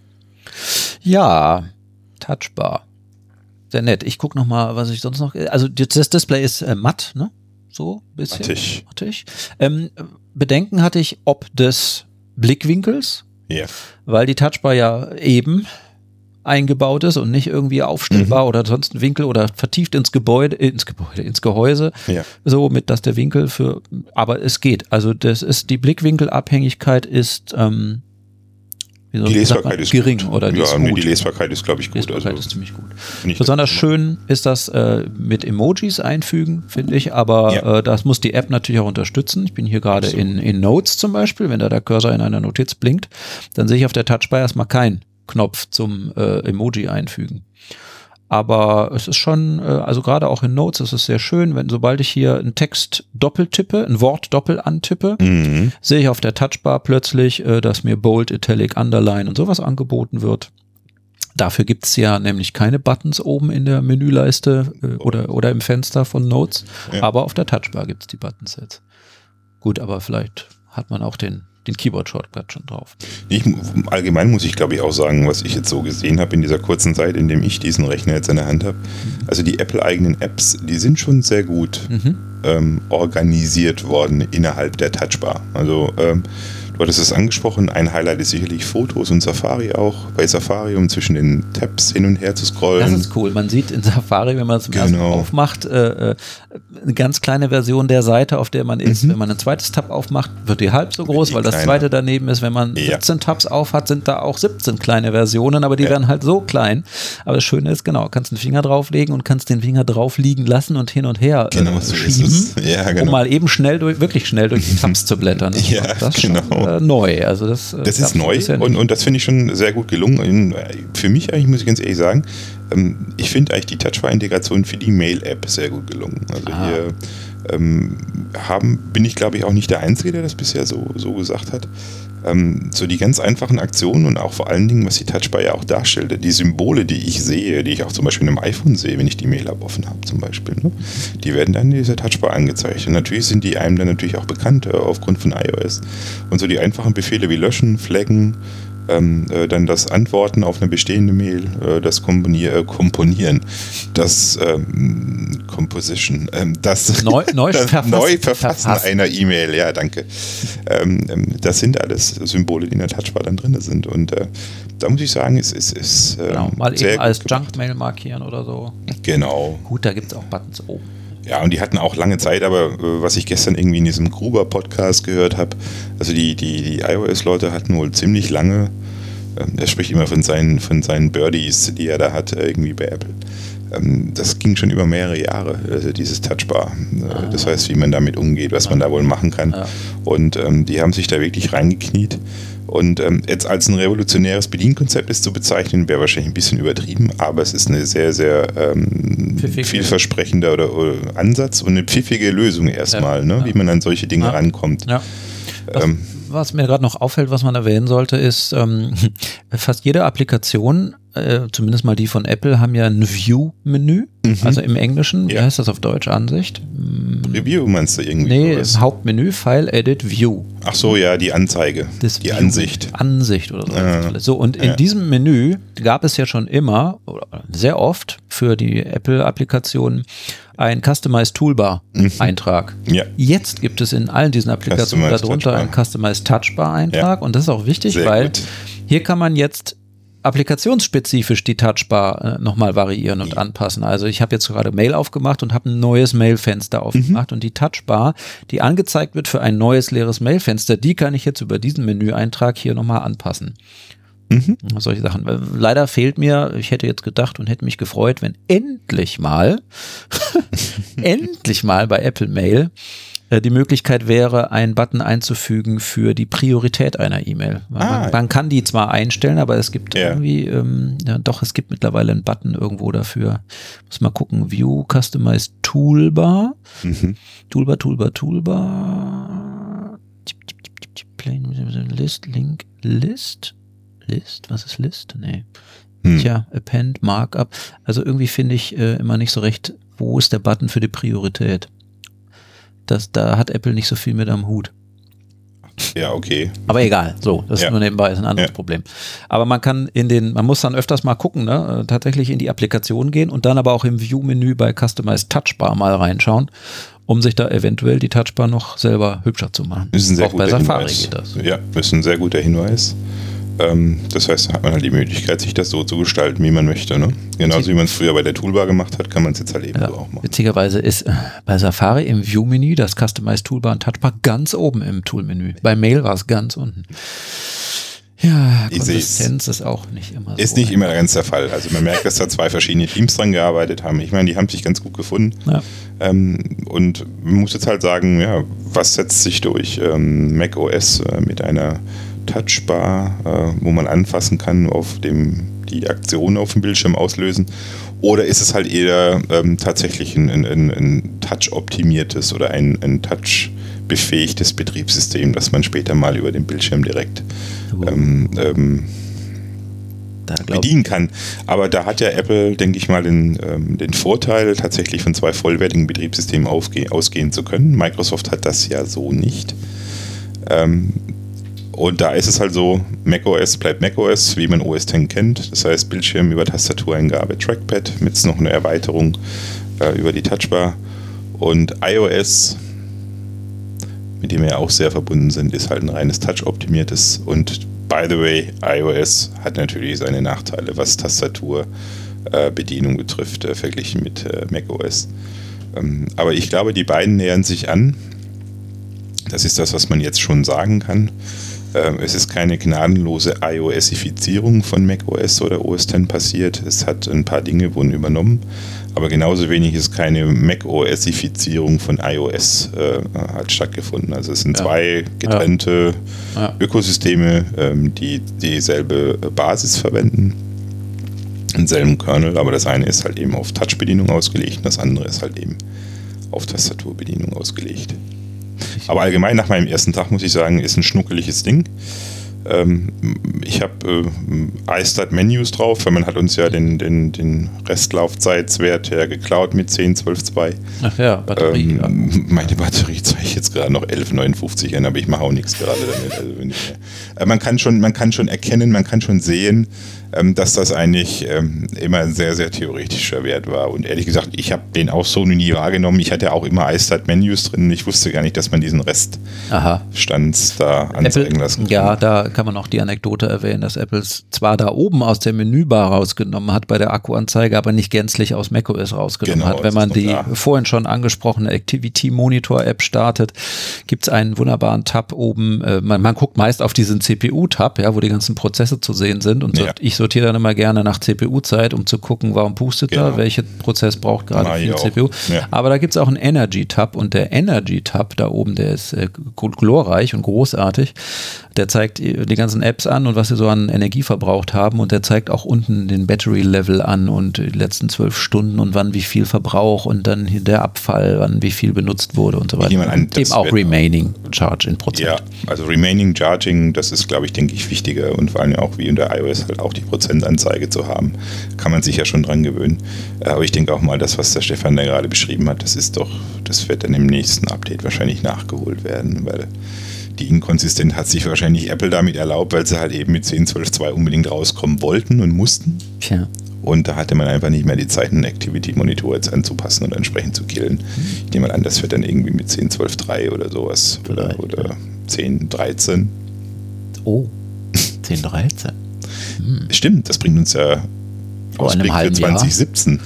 Ja, Touchbar. Sehr nett. Ich gucke nochmal, was ich sonst noch. Also das Display ist äh, matt, ne? So ein bisschen. Mattig. Mattig. Ähm, Bedenken hatte ich ob des Blickwinkels, Ja. weil die Touchbar ja eben eingebaut ist und nicht irgendwie aufstellbar Mhm. oder sonst ein Winkel oder vertieft ins Gebäude, ins Gebäude, ins Gehäuse. Ja. So, mit dass der Winkel für, aber es geht. Also das ist, die Blickwinkelabhängigkeit ist, ähm, wie soll Die man sagen, Lesbarkeit ist gering gut. oder die ja, ist nee, gut. die Lesbarkeit ist, glaube ich, Die gut. Lesbarkeit also, ist ziemlich gut. find ich Besonders das- schön ist das äh, mit Emojis einfügen, finde ich, aber Ja. äh, das muss die App natürlich auch unterstützen. Ich bin hier gerade Absolut. in, in Notes zum Beispiel, wenn da der Cursor in einer Notiz blinkt, dann sehe ich auf der Touchbar erstmal keinen Knopf zum äh, Emoji einfügen. Aber es ist schon, äh, also gerade auch in Notes ist es sehr schön, wenn sobald ich hier einen Text doppelt tippe, ein Wort doppelt antippe, Mhm. sehe ich auf der Touchbar plötzlich, äh, dass mir Bold, Italic, Underline und sowas angeboten wird. Dafür gibt es ja nämlich keine Buttons oben in der Menüleiste äh, oder, oder im Fenster von Notes, Ja. aber auf der Touchbar gibt es die Buttons jetzt. Gut, aber vielleicht hat man auch den, den Keyboard-Shortcut schon drauf. Ich, allgemein muss ich, glaube ich, auch sagen, was ich jetzt so gesehen habe in dieser kurzen Zeit, in dem ich diesen Rechner jetzt in der Hand habe. Also die Apple-eigenen Apps, die sind schon sehr gut Mhm. ähm, organisiert worden innerhalb der Touchbar. Also ähm, du hattest es angesprochen, ein Highlight ist sicherlich Fotos und Safari auch. Bei Safari, um zwischen den Tabs hin und her zu scrollen. Das ist cool. Man sieht in Safari, wenn man es zum ersten Mal Genau. aufmacht, äh, äh, eine ganz kleine Version der Seite, auf der man ist. Mhm. Wenn man ein zweites Tab aufmacht, wird die halb so groß, die weil das kleiner. zweite daneben ist. Wenn man Ja. siebzehn Tabs aufhat, sind da auch siebzehn kleine Versionen, aber die Ja. werden halt so klein. Aber das Schöne ist, genau, kannst einen Finger drauflegen und kannst den Finger drauf liegen lassen und hin und her Genau, äh, so ist schieben, es. Ja, genau. um mal eben schnell durch, wirklich schnell durch die Tabs zu blättern. Ja, das ist genau. schon, äh, neu. Also das, äh, Das gab's ist neu bisher und, nicht. und das finde ich schon sehr gut gelungen. In, für mich eigentlich, muss ich ganz ehrlich sagen, ähm, ich finde eigentlich die Touchbar-Integration für die Mail-App sehr gut gelungen. Also Ah. hier ähm, haben, bin ich, glaube ich, auch nicht der Einzige, der das bisher so, so gesagt hat. Ähm, so die ganz einfachen Aktionen und auch vor allen Dingen, was die Touchbar ja auch darstellte, die Symbole, die ich sehe, die ich auch zum Beispiel in einem iPhone sehe, wenn ich die Mail-App offen habe zum Beispiel, ne? Die werden dann in dieser Touchbar angezeigt. Und natürlich sind die einem dann natürlich auch bekannt äh, aufgrund von iOS. Und so die einfachen Befehle wie löschen, flaggen, ähm, äh, dann das Antworten auf eine bestehende Mail, äh, das Komponier, äh, Komponieren, das ähm, Composition, ähm, das, Neu- neu das verfassen- Neuverfassen verfassen. einer E-Mail, ja, danke. Ähm, ähm, das sind alles Symbole, die in der Touchbar dann drin sind. Und äh, da muss ich sagen, es ist, ist ähm, Genau, mal sehr eben als gut gemacht. Junk-Mail markieren oder so. Genau. Gut, da gibt es auch Buttons oben. Ja, und die hatten auch lange Zeit, aber äh, was ich gestern irgendwie in diesem Gruber-Podcast gehört habe, also die, die, die iOS-Leute hatten wohl ziemlich lange, ähm, er spricht immer von seinen, von seinen Birdies, die er da hat, äh, irgendwie bei Apple. Ähm, das ging schon über mehrere Jahre, also dieses Touchbar. Äh, Ah. Das heißt, wie man damit umgeht, was man da wohl machen kann. Ja. Und ähm, die haben sich da wirklich reingekniet. Und ähm, jetzt als ein revolutionäres Bedienkonzept ist zu bezeichnen, wäre wahrscheinlich ein bisschen übertrieben, aber es ist eine sehr, sehr ähm, Pfiffige. vielversprechender oder, oder Ansatz und eine pfiffige Lösung erstmal, Ja, ne? ja. Wie man an solche Dinge Ja. rankommt. Ja. Was, Ähm, was mir gerade noch auffällt, was man erwähnen sollte, ist, ähm, fast jede Applikation, äh, zumindest mal die von Apple, haben ja ein View-Menü. Mhm. Also im Englischen, wie Ja. heißt das auf Deutsch? Ansicht? Hm, Review meinst du irgendwie? nee, sowas? Hauptmenü, File, Edit, View. Ach so, ja, die Anzeige, Das die View- Ansicht. Ansicht oder so. Ja. So, und in Ja. diesem Menü gab es ja schon immer, oder sehr oft für die Apple-Applikationen, ein Customized Toolbar-Eintrag. Ja. Jetzt gibt es in allen diesen Applikationen Customized darunter Touchbar. einen Customized Touchbar-Eintrag Ja. und das ist auch wichtig, Sehr weil gut. hier kann man jetzt applikationsspezifisch die Touchbar äh, nochmal variieren und Ja. anpassen. Also ich habe jetzt gerade Mail aufgemacht und habe ein neues Mailfenster aufgemacht und die Touchbar, die angezeigt wird für ein neues leeres Mailfenster, die kann ich jetzt über diesen Menüeintrag hier nochmal anpassen. Mhm. Solche Sachen. Weil leider fehlt mir, ich hätte jetzt gedacht und hätte mich gefreut, wenn endlich mal, endlich mal bei Apple Mail äh, die Möglichkeit wäre, einen Button einzufügen für die Priorität einer E-Mail. Ah. Man, man kann die zwar einstellen, aber es gibt Ja. irgendwie, ähm, ja, doch, es gibt mittlerweile einen Button irgendwo dafür. Muss mal gucken, View Customized Toolbar. Mhm. Toolbar, Toolbar, Toolbar. Tipp, tipp, tipp, tipp, tipp, Plain List, Link, List. List? Was ist List? Nee. Hm. Tja, Append, Markup. Also irgendwie finde ich äh, immer nicht so recht, wo ist der Button für die Priorität? Das, da hat Apple nicht so viel mit am Hut. Ja, okay. Aber egal, so, das Ja. ist nur nebenbei, ist ein anderes Ja. Problem. Aber man kann in den, man muss dann öfters mal gucken, ne, tatsächlich in die Applikation gehen und dann aber auch im View-Menü bei Customized Touchbar mal reinschauen, um sich da eventuell die Touchbar noch selber hübscher zu machen. Das ist ein sehr auch bei guter Safari Hinweis. geht das. Ja, das ist ein sehr guter Hinweis. Ähm, das heißt, da hat man halt die Möglichkeit, sich das so zu gestalten, wie man möchte. Ne? Genauso wie man es früher bei der Toolbar gemacht hat, kann man es jetzt halt eben Ja, so auch machen. witzigerweise ist äh, bei Safari im View-Menü das Customized Toolbar und Touchbar ganz oben im Tool-Menü. Bei Mail war es ganz unten. Ja, Ich Konsistenz ist auch nicht immer so. Ist nicht immer ganz der Fall. Also man merkt, dass da zwei verschiedene Teams dran gearbeitet haben. Ich meine, die haben sich ganz gut gefunden. Ja. Ähm, und man muss jetzt halt sagen, ja, was setzt sich durch? Ähm, macOS äh, mit einer Touchbar, äh, wo man anfassen kann, auf dem die Aktion auf dem Bildschirm auslösen. Oder ist es halt eher ähm, tatsächlich ein, ein, ein Touch-optimiertes oder ein, ein Touch-befähigtes Betriebssystem, das man später mal über den Bildschirm direkt ähm, ähm, Da glaub- bedienen kann. Aber da hat ja Apple, denke ich mal, den, ähm, den Vorteil, tatsächlich von zwei vollwertigen Betriebssystemen aufge- ausgehen zu können. Microsoft hat das ja so nicht. Ähm, und da ist es halt so, macOS bleibt macOS, wie man O S X kennt. Das heißt, Bildschirm über Tastatureingabe, Trackpad, mit noch eine Erweiterung äh, über die Touchbar. Und iOS, mit dem wir auch sehr verbunden sind, ist halt ein reines Touch-optimiertes. Und by the way, iOS hat natürlich seine Nachteile, was Tastaturbedienung äh, betrifft, äh, verglichen mit äh, macOS. Ähm, aber ich glaube, die beiden nähern sich an. Das ist das, was man jetzt schon sagen kann. Ähm, es ist keine gnadenlose iOSifizierung von macOS oder O S X passiert. Es hat ein paar Dinge wurden übernommen. Aber genauso wenig ist keine macOSifizierung von iOS äh, hat stattgefunden. Also es sind Ja. zwei getrennte Ja. Ökosysteme, ähm, die dieselbe Basis verwenden, denselben Kernel, aber das eine ist halt eben auf Touch-Bedienung ausgelegt und das andere ist halt eben auf Tastaturbedienung ausgelegt. Aber allgemein nach meinem ersten Tag muss ich sagen, ist ein schnuckeliges Ding. Ähm, ich habe äh, iStart-Menus drauf, weil man hat uns ja den, den, den Restlaufzeitswert ja geklaut mit zehn, zwölf, zwei. Ach ja, Batterie. ja. Ähm, meine Batterie zeigt jetzt gerade noch elf neunundfünfzig an, aber ich mache auch nichts gerade damit. Also wenn ich, äh, man, kann schon, man kann schon erkennen, man kann schon sehen, ähm, dass das eigentlich ähm, immer ein sehr, sehr theoretischer Wert war. Und ehrlich gesagt, ich habe den auch so nie wahrgenommen. Ich hatte ja auch immer iStart-Menüs drin. Ich wusste gar nicht, dass man diesen Aha. Reststands da anzeigen Apple, lassen kann. ja, da kann man auch die Anekdote erwähnen, dass Apple es zwar da oben aus der Menübar rausgenommen hat bei der Akkuanzeige, aber nicht gänzlich aus macOS rausgenommen Genau, hat. das Wenn man ist noch die da. vorhin schon angesprochene Activity Monitor App startet, gibt es einen wunderbaren Tab oben. Äh, man, man guckt meist auf diesen C P U-Tab, ja, wo die ganzen Prozesse zu sehen sind. Und so, Ja. ich sortiere dann immer gerne nach C P U-Zeit, um zu gucken, warum pustet Genau. da, welcher Prozess braucht gerade Mach ich viel auch. C P U. Ja. Aber da gibt es auch einen Energy-Tab und der Energy-Tab da oben, der ist äh, glorreich und großartig. Der zeigt die ganzen Apps an und was sie so an Energie verbraucht haben und der zeigt auch unten den Battery-Level an und die letzten zwölf Stunden und wann wie viel Verbrauch und dann hier der Abfall, wann wie viel benutzt wurde und so weiter. nehme an, Und eben das auch wird- Remaining Charge in Prozent. Ja, also Remaining Charging, das ist, glaube ich, denke ich, wichtiger und vor allem auch wie unter iOS halt auch die Prozentanzeige zu haben, kann man sich ja schon dran gewöhnen. Äh, Aber ich denke auch mal, das, was der Stefan da gerade beschrieben hat, das ist doch, das wird dann im nächsten Update wahrscheinlich nachgeholt werden, weil die Inkonsistenz hat sich wahrscheinlich Apple damit erlaubt, weil sie halt eben mit zehn, zwölf, zwei unbedingt rauskommen wollten und mussten. Tja. Und da hatte man einfach nicht mehr die Zeit, einen Activity-Monitor jetzt anzupassen und entsprechend zu killen. Ich nehme mal an, das wird dann irgendwie mit zehn, zwölf, drei oder sowas oder, Vielleicht, oder zehn, dreizehn. Oh, zehn, dreizehn. Stimmt, das bringt uns ja Vor einem Ausblick für halben Jahr. zwanzig siebzehn.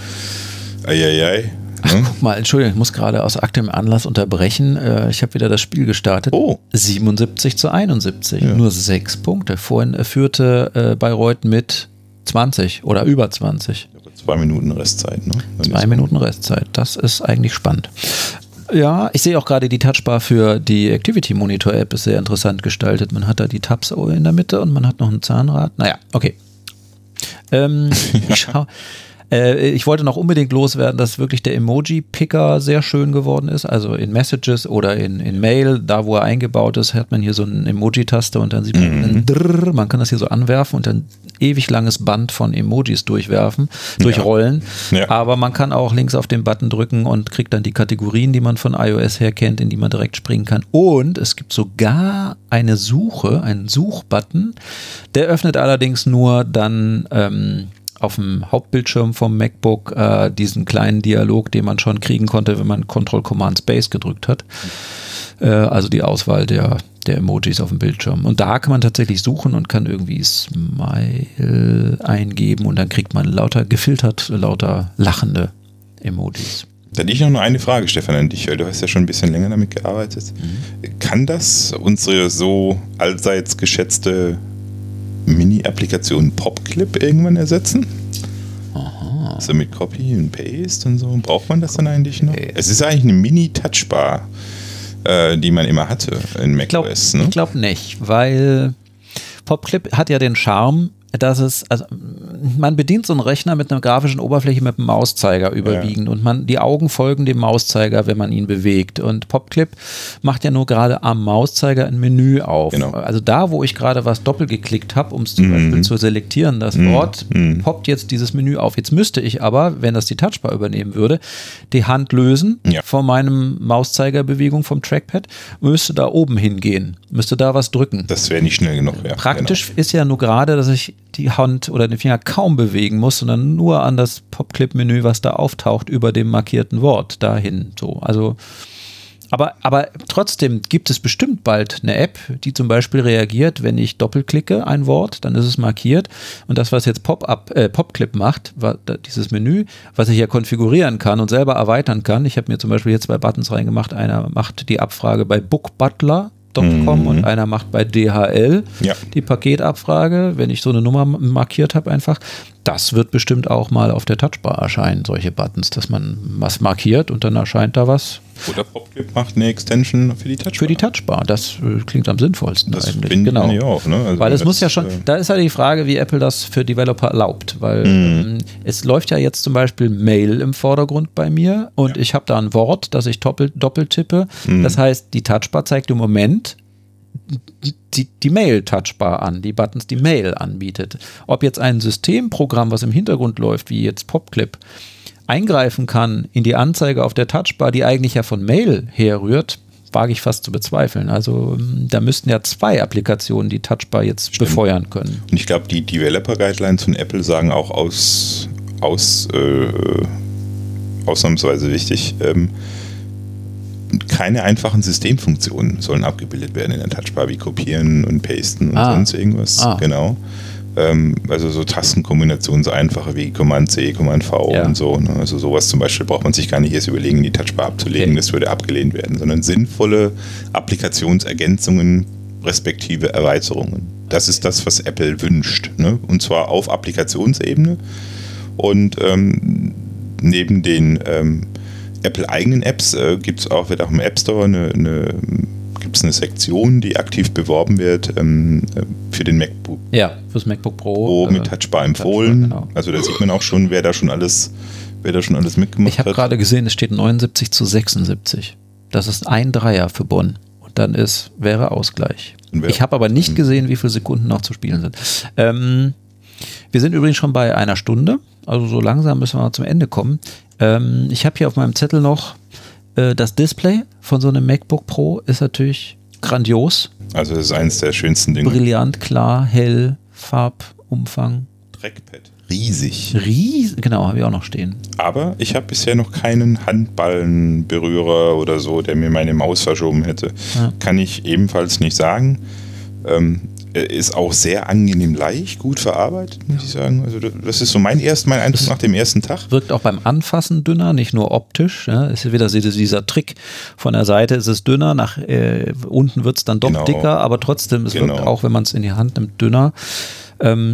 Eieiei. Ne? Guck mal, Entschuldigung, ich muss gerade aus aktuellem Anlass unterbrechen. Äh, Ich habe wieder das Spiel gestartet. Oh. siebenundsiebzig zu einundsiebzig. Ja. Nur sechs Punkte. Vorhin äh, führte äh, Bayreuth mit zwanzig oder über zwanzig. Zwei Minuten Restzeit. Ne? Wenn Zwei das- Minuten Restzeit. Das ist eigentlich spannend. Ja, ich sehe auch gerade die Touchbar für die Activity Monitor App ist sehr interessant gestaltet. Man hat da die Tabs in der Mitte und man hat noch ein Zahnrad. Naja, okay. Ähm, ich schau, äh, ich wollte noch unbedingt loswerden, dass wirklich der Emoji-Picker sehr schön geworden ist. Also in Messages oder in, in Mail, da wo er eingebaut ist, hat man hier so eine Emoji-Taste und dann sieht man, mhm. einen Drrr, man kann das hier so anwerfen und dann ewig langes Band von Emojis durchwerfen, durchrollen. Ja. Ja. Aber man kann auch links auf den Button drücken und kriegt dann die Kategorien, die man von iOS her kennt, in die man direkt springen kann. Und es gibt sogar eine Suche, einen Suchbutton. Der öffnet allerdings nur dann ähm, auf dem Hauptbildschirm vom MacBook äh, diesen kleinen Dialog, den man schon kriegen konnte, wenn man Control-Command-Space gedrückt hat. Äh, also die Auswahl der, der Emojis auf dem Bildschirm. Und da kann man tatsächlich suchen und kann irgendwie Smile eingeben und dann kriegt man lauter gefiltert, lauter lachende Emojis. Da hätte ich noch eine Frage, Stefan, an dich, weil du hast ja schon ein bisschen länger damit gearbeitet. Mhm. Kann das unsere so allseits geschätzte Mini-Applikation PopClip irgendwann ersetzen? Aha. So mit Copy und Paste und so. Braucht man das dann eigentlich noch? Okay. Es ist eigentlich eine Mini-Touchbar, äh, die man immer hatte in macOS. Ne? Ich glaube nicht, weil PopClip hat ja den Charme, dass es, also man bedient so einen Rechner mit einer grafischen Oberfläche mit einem Mauszeiger überwiegend ja. und man, die Augen folgen dem Mauszeiger, wenn man ihn bewegt. Und PopClip macht ja nur gerade am Mauszeiger ein Menü auf. Genau. Also da, wo ich gerade was doppelt geklickt habe, um es zum mm. Beispiel zu selektieren, das mm. Wort, mm. poppt jetzt dieses Menü auf. Jetzt müsste ich aber, wenn das die Touchbar übernehmen würde, die Hand lösen ja. von meinem Mauszeigerbewegung vom Trackpad, müsste da oben hingehen, müsste da was drücken. Das wäre nicht schnell genug. Ja. Praktisch genau. ist ja nur gerade, dass ich die Hand oder den Finger kaum bewegen muss, sondern nur an das PopClip-Menü, was da auftaucht, über dem markierten Wort dahin. So, also, aber, aber trotzdem gibt es bestimmt bald eine App, die zum Beispiel reagiert, wenn ich doppelklicke ein Wort, dann ist es markiert und das, was jetzt Pop-up, äh, PopClip macht, war dieses Menü, was ich ja konfigurieren kann und selber erweitern kann. Ich habe mir zum Beispiel hier zwei Buttons reingemacht. Einer macht die Abfrage bei BookButler. Mhm. Und einer macht bei D H L ja. die Paketabfrage, wenn ich so eine Nummer markiert habe einfach. Das wird bestimmt auch mal auf der Touchbar erscheinen, solche Buttons, dass man was markiert und dann erscheint da was. Oder PopClip macht eine Extension für die Touchbar. Für die Touchbar, das äh, klingt am sinnvollsten das eigentlich. Bin genau. ich auch, ne? Also weil es muss ja schon, äh da ist ja die Frage, wie Apple das für Developer erlaubt, weil mhm. ähm, es läuft ja jetzt zum Beispiel Mail im Vordergrund bei mir und ja. ich habe da ein Wort, das ich doppelt, doppelt tippe. Mhm. Das heißt, die Touchbar zeigt im Moment die, die Mail-Touchbar an, die Buttons, die Mail anbietet. Ob jetzt ein Systemprogramm, was im Hintergrund läuft, wie jetzt PopClip, eingreifen kann in die Anzeige auf der Touchbar, die eigentlich ja von Mail herrührt, wage ich fast zu bezweifeln. Also da müssten ja zwei Applikationen die Touchbar jetzt Stimmt. befeuern können. Und ich glaube, die Developer-Guidelines von Apple sagen auch aus, aus äh, ausnahmsweise wichtig, ähm, keine einfachen Systemfunktionen sollen abgebildet werden in der Touchbar, wie Kopieren und Pasten und ah. sonst irgendwas. Ah. Genau. Ähm, also so Tastenkombinationen, so einfache wie Command C, Command V ja. und so. Ne? Also sowas zum Beispiel braucht man sich gar nicht erst überlegen, in die Touchbar abzulegen. Okay. Das würde abgelehnt werden, sondern sinnvolle Applikationsergänzungen respektive Erweiterungen. Das ist das, was Apple wünscht. Ne? Und zwar auf Applikationsebene. Und ähm, neben den ähm, Apple-eigenen Apps äh, gibt es auch, wird auch im App Store eine, eine, gibt's eine Sektion, die aktiv beworben wird ähm, für den MacBook. Ja, fürs MacBook Pro. Pro mit Touchbar empfohlen. Touchbar, genau. Also da sieht man auch schon, wer da schon alles, wer da schon alles mitgemacht ich hab hat. Ich habe gerade gesehen, es steht neunundsiebzig zu sechsundsiebzig. Das ist ein Dreier für Bonn. Und dann ist, wäre Ausgleich. Wäre ich habe aber nicht gesehen, wie viele Sekunden noch zu spielen sind. Ähm, wir sind übrigens schon bei einer Stunde. Also so langsam müssen wir mal zum Ende kommen. Ähm, ich habe hier auf meinem Zettel noch äh, das Display von so einem MacBook Pro ist natürlich grandios. Also das ist eines der schönsten Dinge. Brillant, klar, hell, Farbumfang. Trackpad. Riesig. Riesig, genau, habe ich auch noch stehen. Aber ich habe bisher noch keinen Handballenberührer oder so, der mir meine Maus verschoben hätte. Ja. Kann ich ebenfalls nicht sagen. Ähm, ist auch sehr angenehm leicht, gut verarbeitet, muss ich sagen. Also das ist so mein, erst, mein Eindruck nach dem ersten Tag. Wirkt auch beim Anfassen dünner, nicht nur optisch. Ja. Es ist wieder dieser Trick, von der Seite ist es dünner, nach äh, unten wird es dann doch genau. dicker, aber trotzdem, es genau. wirkt auch, wenn man es in die Hand nimmt, dünner. Ähm,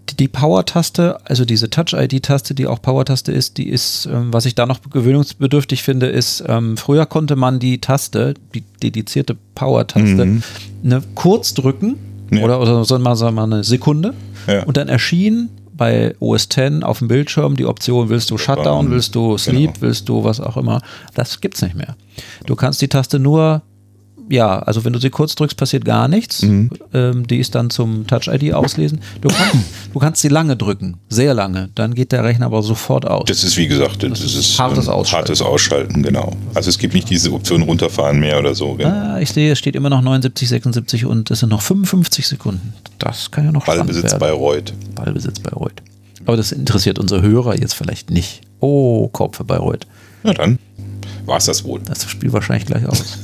die Power-Taste, also diese Touch-I D-Taste, die auch Power-Taste ist, die ist, ähm, was ich da noch gewöhnungsbedürftig finde, ist, ähm, früher konnte man die Taste, die dedizierte Power-Taste, Mhm. ne, kurz drücken Ja. oder, oder sagen wir mal eine Sekunde Ja. und dann erschien bei O S X auf dem Bildschirm die Option, willst du Shutdown, willst du Sleep, Genau. willst du was auch immer. Das gibt's nicht mehr. Du kannst die Taste nur, ja, also wenn du sie kurz drückst, passiert gar nichts. Mhm. Ähm, die ist dann zum Touch-I D auslesen. Du kannst, du kannst sie lange drücken, sehr lange. Dann geht der Rechner aber sofort aus. Das ist wie gesagt, das, ist ist hartes ähm, Ausschalten. hartes Ausschalten, genau. Also es gibt nicht diese Option runterfahren mehr oder so. Genau. Ah, ich sehe, es steht immer noch neunundsiebzig, sechsundsiebzig und es sind noch fünfundfünfzig Sekunden. Das kann ja noch spannend Ballbesitz werden. bei Reut. Ballbesitz bei Reut. Aber das interessiert unsere Hörer jetzt vielleicht nicht. Oh, Korb für Bayreuth. Na dann war es das wohl. Das Spiel wahrscheinlich gleich aus.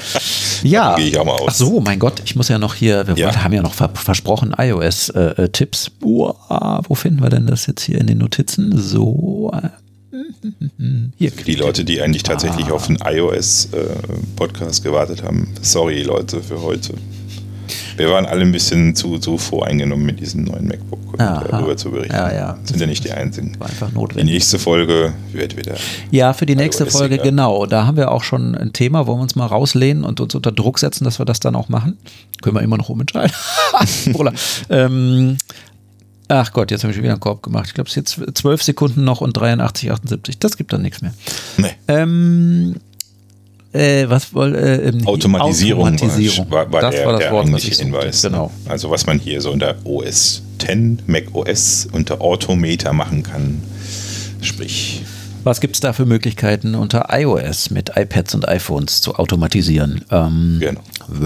Ja. Gehe ich auch mal aus. Ach so, mein Gott, ich muss ja noch hier, wir Ja. wollten- haben ja noch ver versprochen iOS-Tipps. Äh, Uah, wo finden wir denn das jetzt hier in den Notizen? So, äh, hier. Die Leute, die eigentlich tatsächlich Ah. auf einen iOS-Podcast gewartet haben. Sorry, Leute, für heute. Wir waren alle ein bisschen zu, zu voreingenommen mit diesem neuen MacBook und Aha. darüber zu berichten. Ja, ja. Sind ja nicht die Einzigen. War einfach Die notwendig. nächste Folge wird wieder. Ja, für die nächste iOS, Folge, ja. genau. Da haben wir auch schon ein Thema, wo wir uns mal rauslehnen und uns unter Druck setzen, dass wir das dann auch machen. Können wir immer noch umentscheiden. Oder, ähm, ach Gott, jetzt habe ich schon wieder einen Korb gemacht. Ich glaube, es ist jetzt zwölf Sekunden noch und dreiundachtzig, achtundsiebzig. Das gibt dann nichts mehr. Nee. Ähm, äh, was woll, äh, ähm, Automatisierung, Automatisierung. war, war das der, war das der Wort, was eigentliche ich suchte. Hinweis. Genau. Also was man hier so unter O S X, Mac O S unter Automator machen kann. Sprich, Was gibt es da für Möglichkeiten unter iOS mit iPads und iPhones zu automatisieren? Ähm, Genau.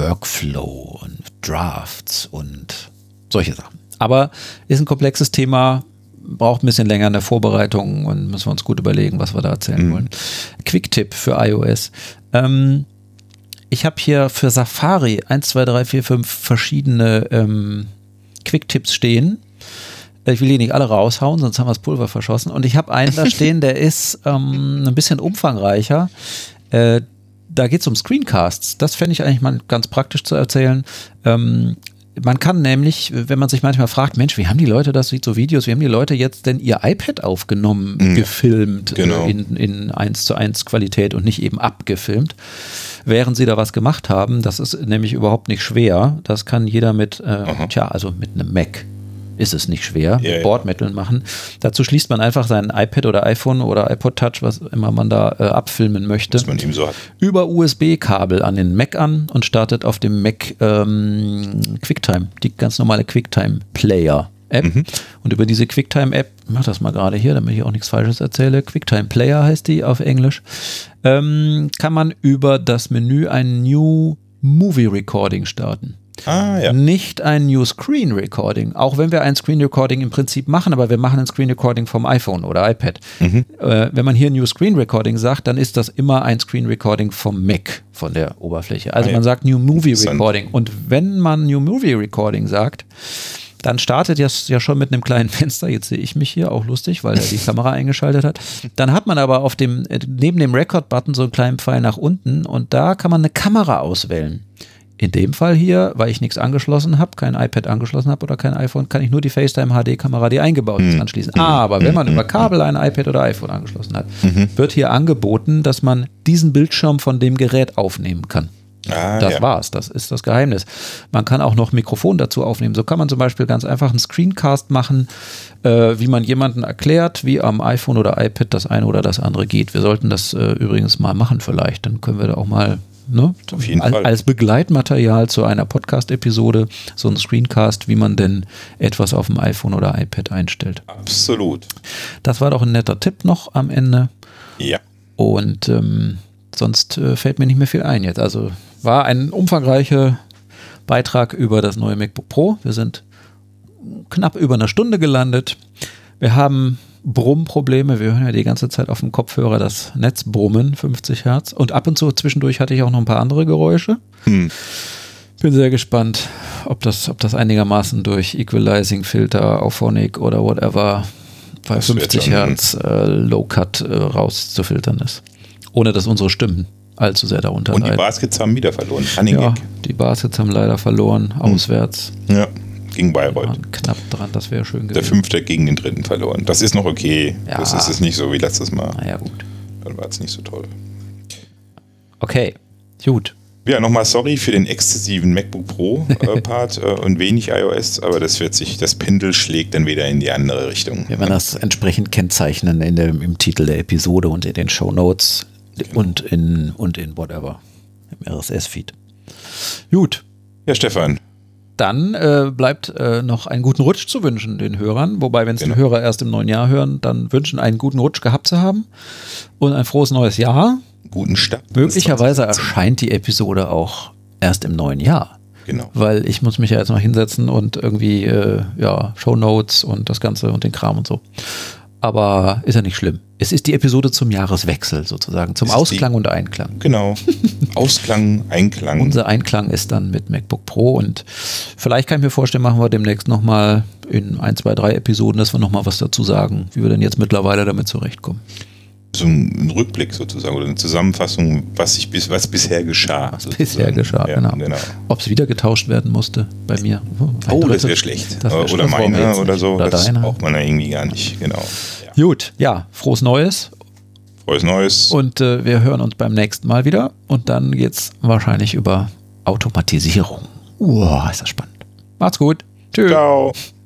Workflow und Drafts und solche Sachen. Aber ist ein komplexes Thema, braucht ein bisschen länger in der Vorbereitung und müssen wir uns gut überlegen, was wir da erzählen Mhm. wollen. Quick-Tipp für iOS. Ähm, ich habe hier für Safari eins, zwei, drei, vier, fünf verschiedene ähm, Quick-Tipps stehen. Ich will die nicht alle raushauen, sonst haben wir das Pulver verschossen. Und ich habe einen da stehen, der ist ähm, ein bisschen umfangreicher. Äh, da geht es um Screencasts. Das fände ich eigentlich mal ganz praktisch zu erzählen. Ähm, man kann nämlich, wenn man sich manchmal fragt, Mensch, wie haben die Leute das, sieht so Videos, wie haben die Leute jetzt denn ihr iPad aufgenommen, Mhm. gefilmt, Genau. äh, in, in eins zu eins Qualität und nicht eben abgefilmt, während sie da was gemacht haben. Das ist nämlich überhaupt nicht schwer. Das kann jeder mit, äh, tja, also mit einem Mac. Ist es nicht schwer, Ja, mit ja. Bordmitteln machen. Dazu schließt man einfach sein iPad oder iPhone oder iPod Touch, was immer man da äh, abfilmen möchte, was man eben so hat. über U S B-Kabel an den Mac an und startet auf dem Mac ähm, QuickTime, die ganz normale QuickTime-Player-App. Mhm. Und über diese QuickTime-App, ich mach das mal gerade hier, damit ich auch nichts Falsches erzähle, QuickTime-Player heißt die auf Englisch, ähm, kann man über das Menü ein New Movie Recording starten. Ah, ja. Nicht ein New Screen Recording, auch wenn wir ein Screen Recording im Prinzip machen, aber wir machen ein Screen Recording vom iPhone oder iPad. Mhm. Äh, wenn man hier New Screen Recording sagt, dann ist das immer ein Screen Recording vom Mac, von der Oberfläche. Also Ah, ja. man sagt New Movie Interessant. Recording. Und wenn man New Movie Recording sagt, dann startet das ja schon mit einem kleinen Fenster. Jetzt sehe ich mich hier, auch lustig, weil er die Kamera eingeschaltet hat. Dann hat man aber auf dem, äh, neben dem Record-Button so einen kleinen Pfeil nach unten und da kann man eine Kamera auswählen. In dem Fall hier, weil ich nichts angeschlossen habe, kein iPad angeschlossen habe oder kein iPhone, kann ich nur die FaceTime H D-Kamera, die eingebaut ist, anschließen. Aber wenn man über Kabel ein iPad oder iPhone angeschlossen hat, wird hier angeboten, dass man diesen Bildschirm von dem Gerät aufnehmen kann. Ah, Das ja. war's, das ist das Geheimnis. Man kann auch noch Mikrofon dazu aufnehmen. So kann man zum Beispiel ganz einfach einen Screencast machen, äh, wie man jemandem erklärt, wie am iPhone oder iPad das eine oder das andere geht. Wir sollten das äh, übrigens mal machen vielleicht. Dann können wir da auch mal ne, Auf jeden als, Fall. als Begleitmaterial zu einer Podcast-Episode so einen Screencast, wie man denn etwas auf dem iPhone oder iPad einstellt. Absolut. Das war doch ein netter Tipp noch am Ende. Ja. Und ähm, sonst äh, fällt mir nicht mehr viel ein jetzt. Also war ein umfangreicher Beitrag über das neue MacBook Pro. Wir sind knapp über eine Stunde gelandet. Wir haben Brummprobleme. Wir hören ja die ganze Zeit auf dem Kopfhörer das Netz brummen, fünfzig Hertz. Und ab und zu zwischendurch hatte ich auch noch ein paar andere Geräusche. Hm. Bin sehr gespannt, ob das, ob das einigermaßen durch Equalizing, Filter, Auphonic oder whatever bei Das wird fünfzig schon- Hertz äh, Low-Cut äh, rauszufiltern ist. Ohne dass unsere Stimmen allzu sehr darunter Und die leiden. Baskets haben wieder verloren. Running Ja, Gag. die Baskets haben leider verloren, auswärts. Ja, gegen Bayreuth. waren knapp dran, das wäre schön gewesen. Der Fünfte gegen den Dritten verloren. Das ist noch okay. Ja. Das ist es nicht so wie letztes Mal. Naja, gut. Dann war es nicht so toll. Okay, gut. Ja, nochmal sorry für den exzessiven MacBook Pro-Part äh, und wenig iOS, aber das wird sich, das Pendel schlägt dann wieder in die andere Richtung. Wir werden das entsprechend kennzeichnen in dem, im Titel der Episode und in den Shownotes Genau. und in und in whatever, im R S S-Feed. Gut. Ja, Stefan. Dann äh, bleibt äh, noch einen guten Rutsch zu wünschen den Hörern. Wobei, wenn es Genau. die Hörer erst im neuen Jahr hören, dann wünschen, einen guten Rutsch gehabt zu haben und ein frohes neues Jahr. Guten Start. Möglicherweise erscheint die Episode auch erst im neuen Jahr. Genau. Weil ich muss mich ja jetzt mal hinsetzen und irgendwie, äh, ja, Shownotes und das Ganze und den Kram und so. Aber ist ja nicht schlimm. Es ist die Episode zum Jahreswechsel sozusagen, zum Es ist Ausklang die- und Einklang. Genau. Ausklang, Einklang. Unser Einklang ist dann mit MacBook Pro und vielleicht kann ich mir vorstellen, machen wir demnächst nochmal in ein, zwei, drei Episoden, dass wir nochmal was dazu sagen, wie wir denn jetzt mittlerweile damit zurechtkommen. So ein Rückblick sozusagen oder eine Zusammenfassung, was, ich bis, was bisher geschah. Was bisher geschah, ja, genau. genau. Ob es wieder getauscht werden musste bei mir. Ein Oh, das drittes. wäre schlecht. Das wär oder schlecht. Das wollen wir meine jetzt oder nicht. so. Oder das deine. braucht man ja irgendwie gar nicht. Genau. Ja. Gut, ja, frohes Neues Frohes Neues. und äh, wir hören uns beim nächsten Mal wieder und dann geht's wahrscheinlich über Automatisierung. Uah, ist das spannend. Macht's gut. Tschüss. Ciao.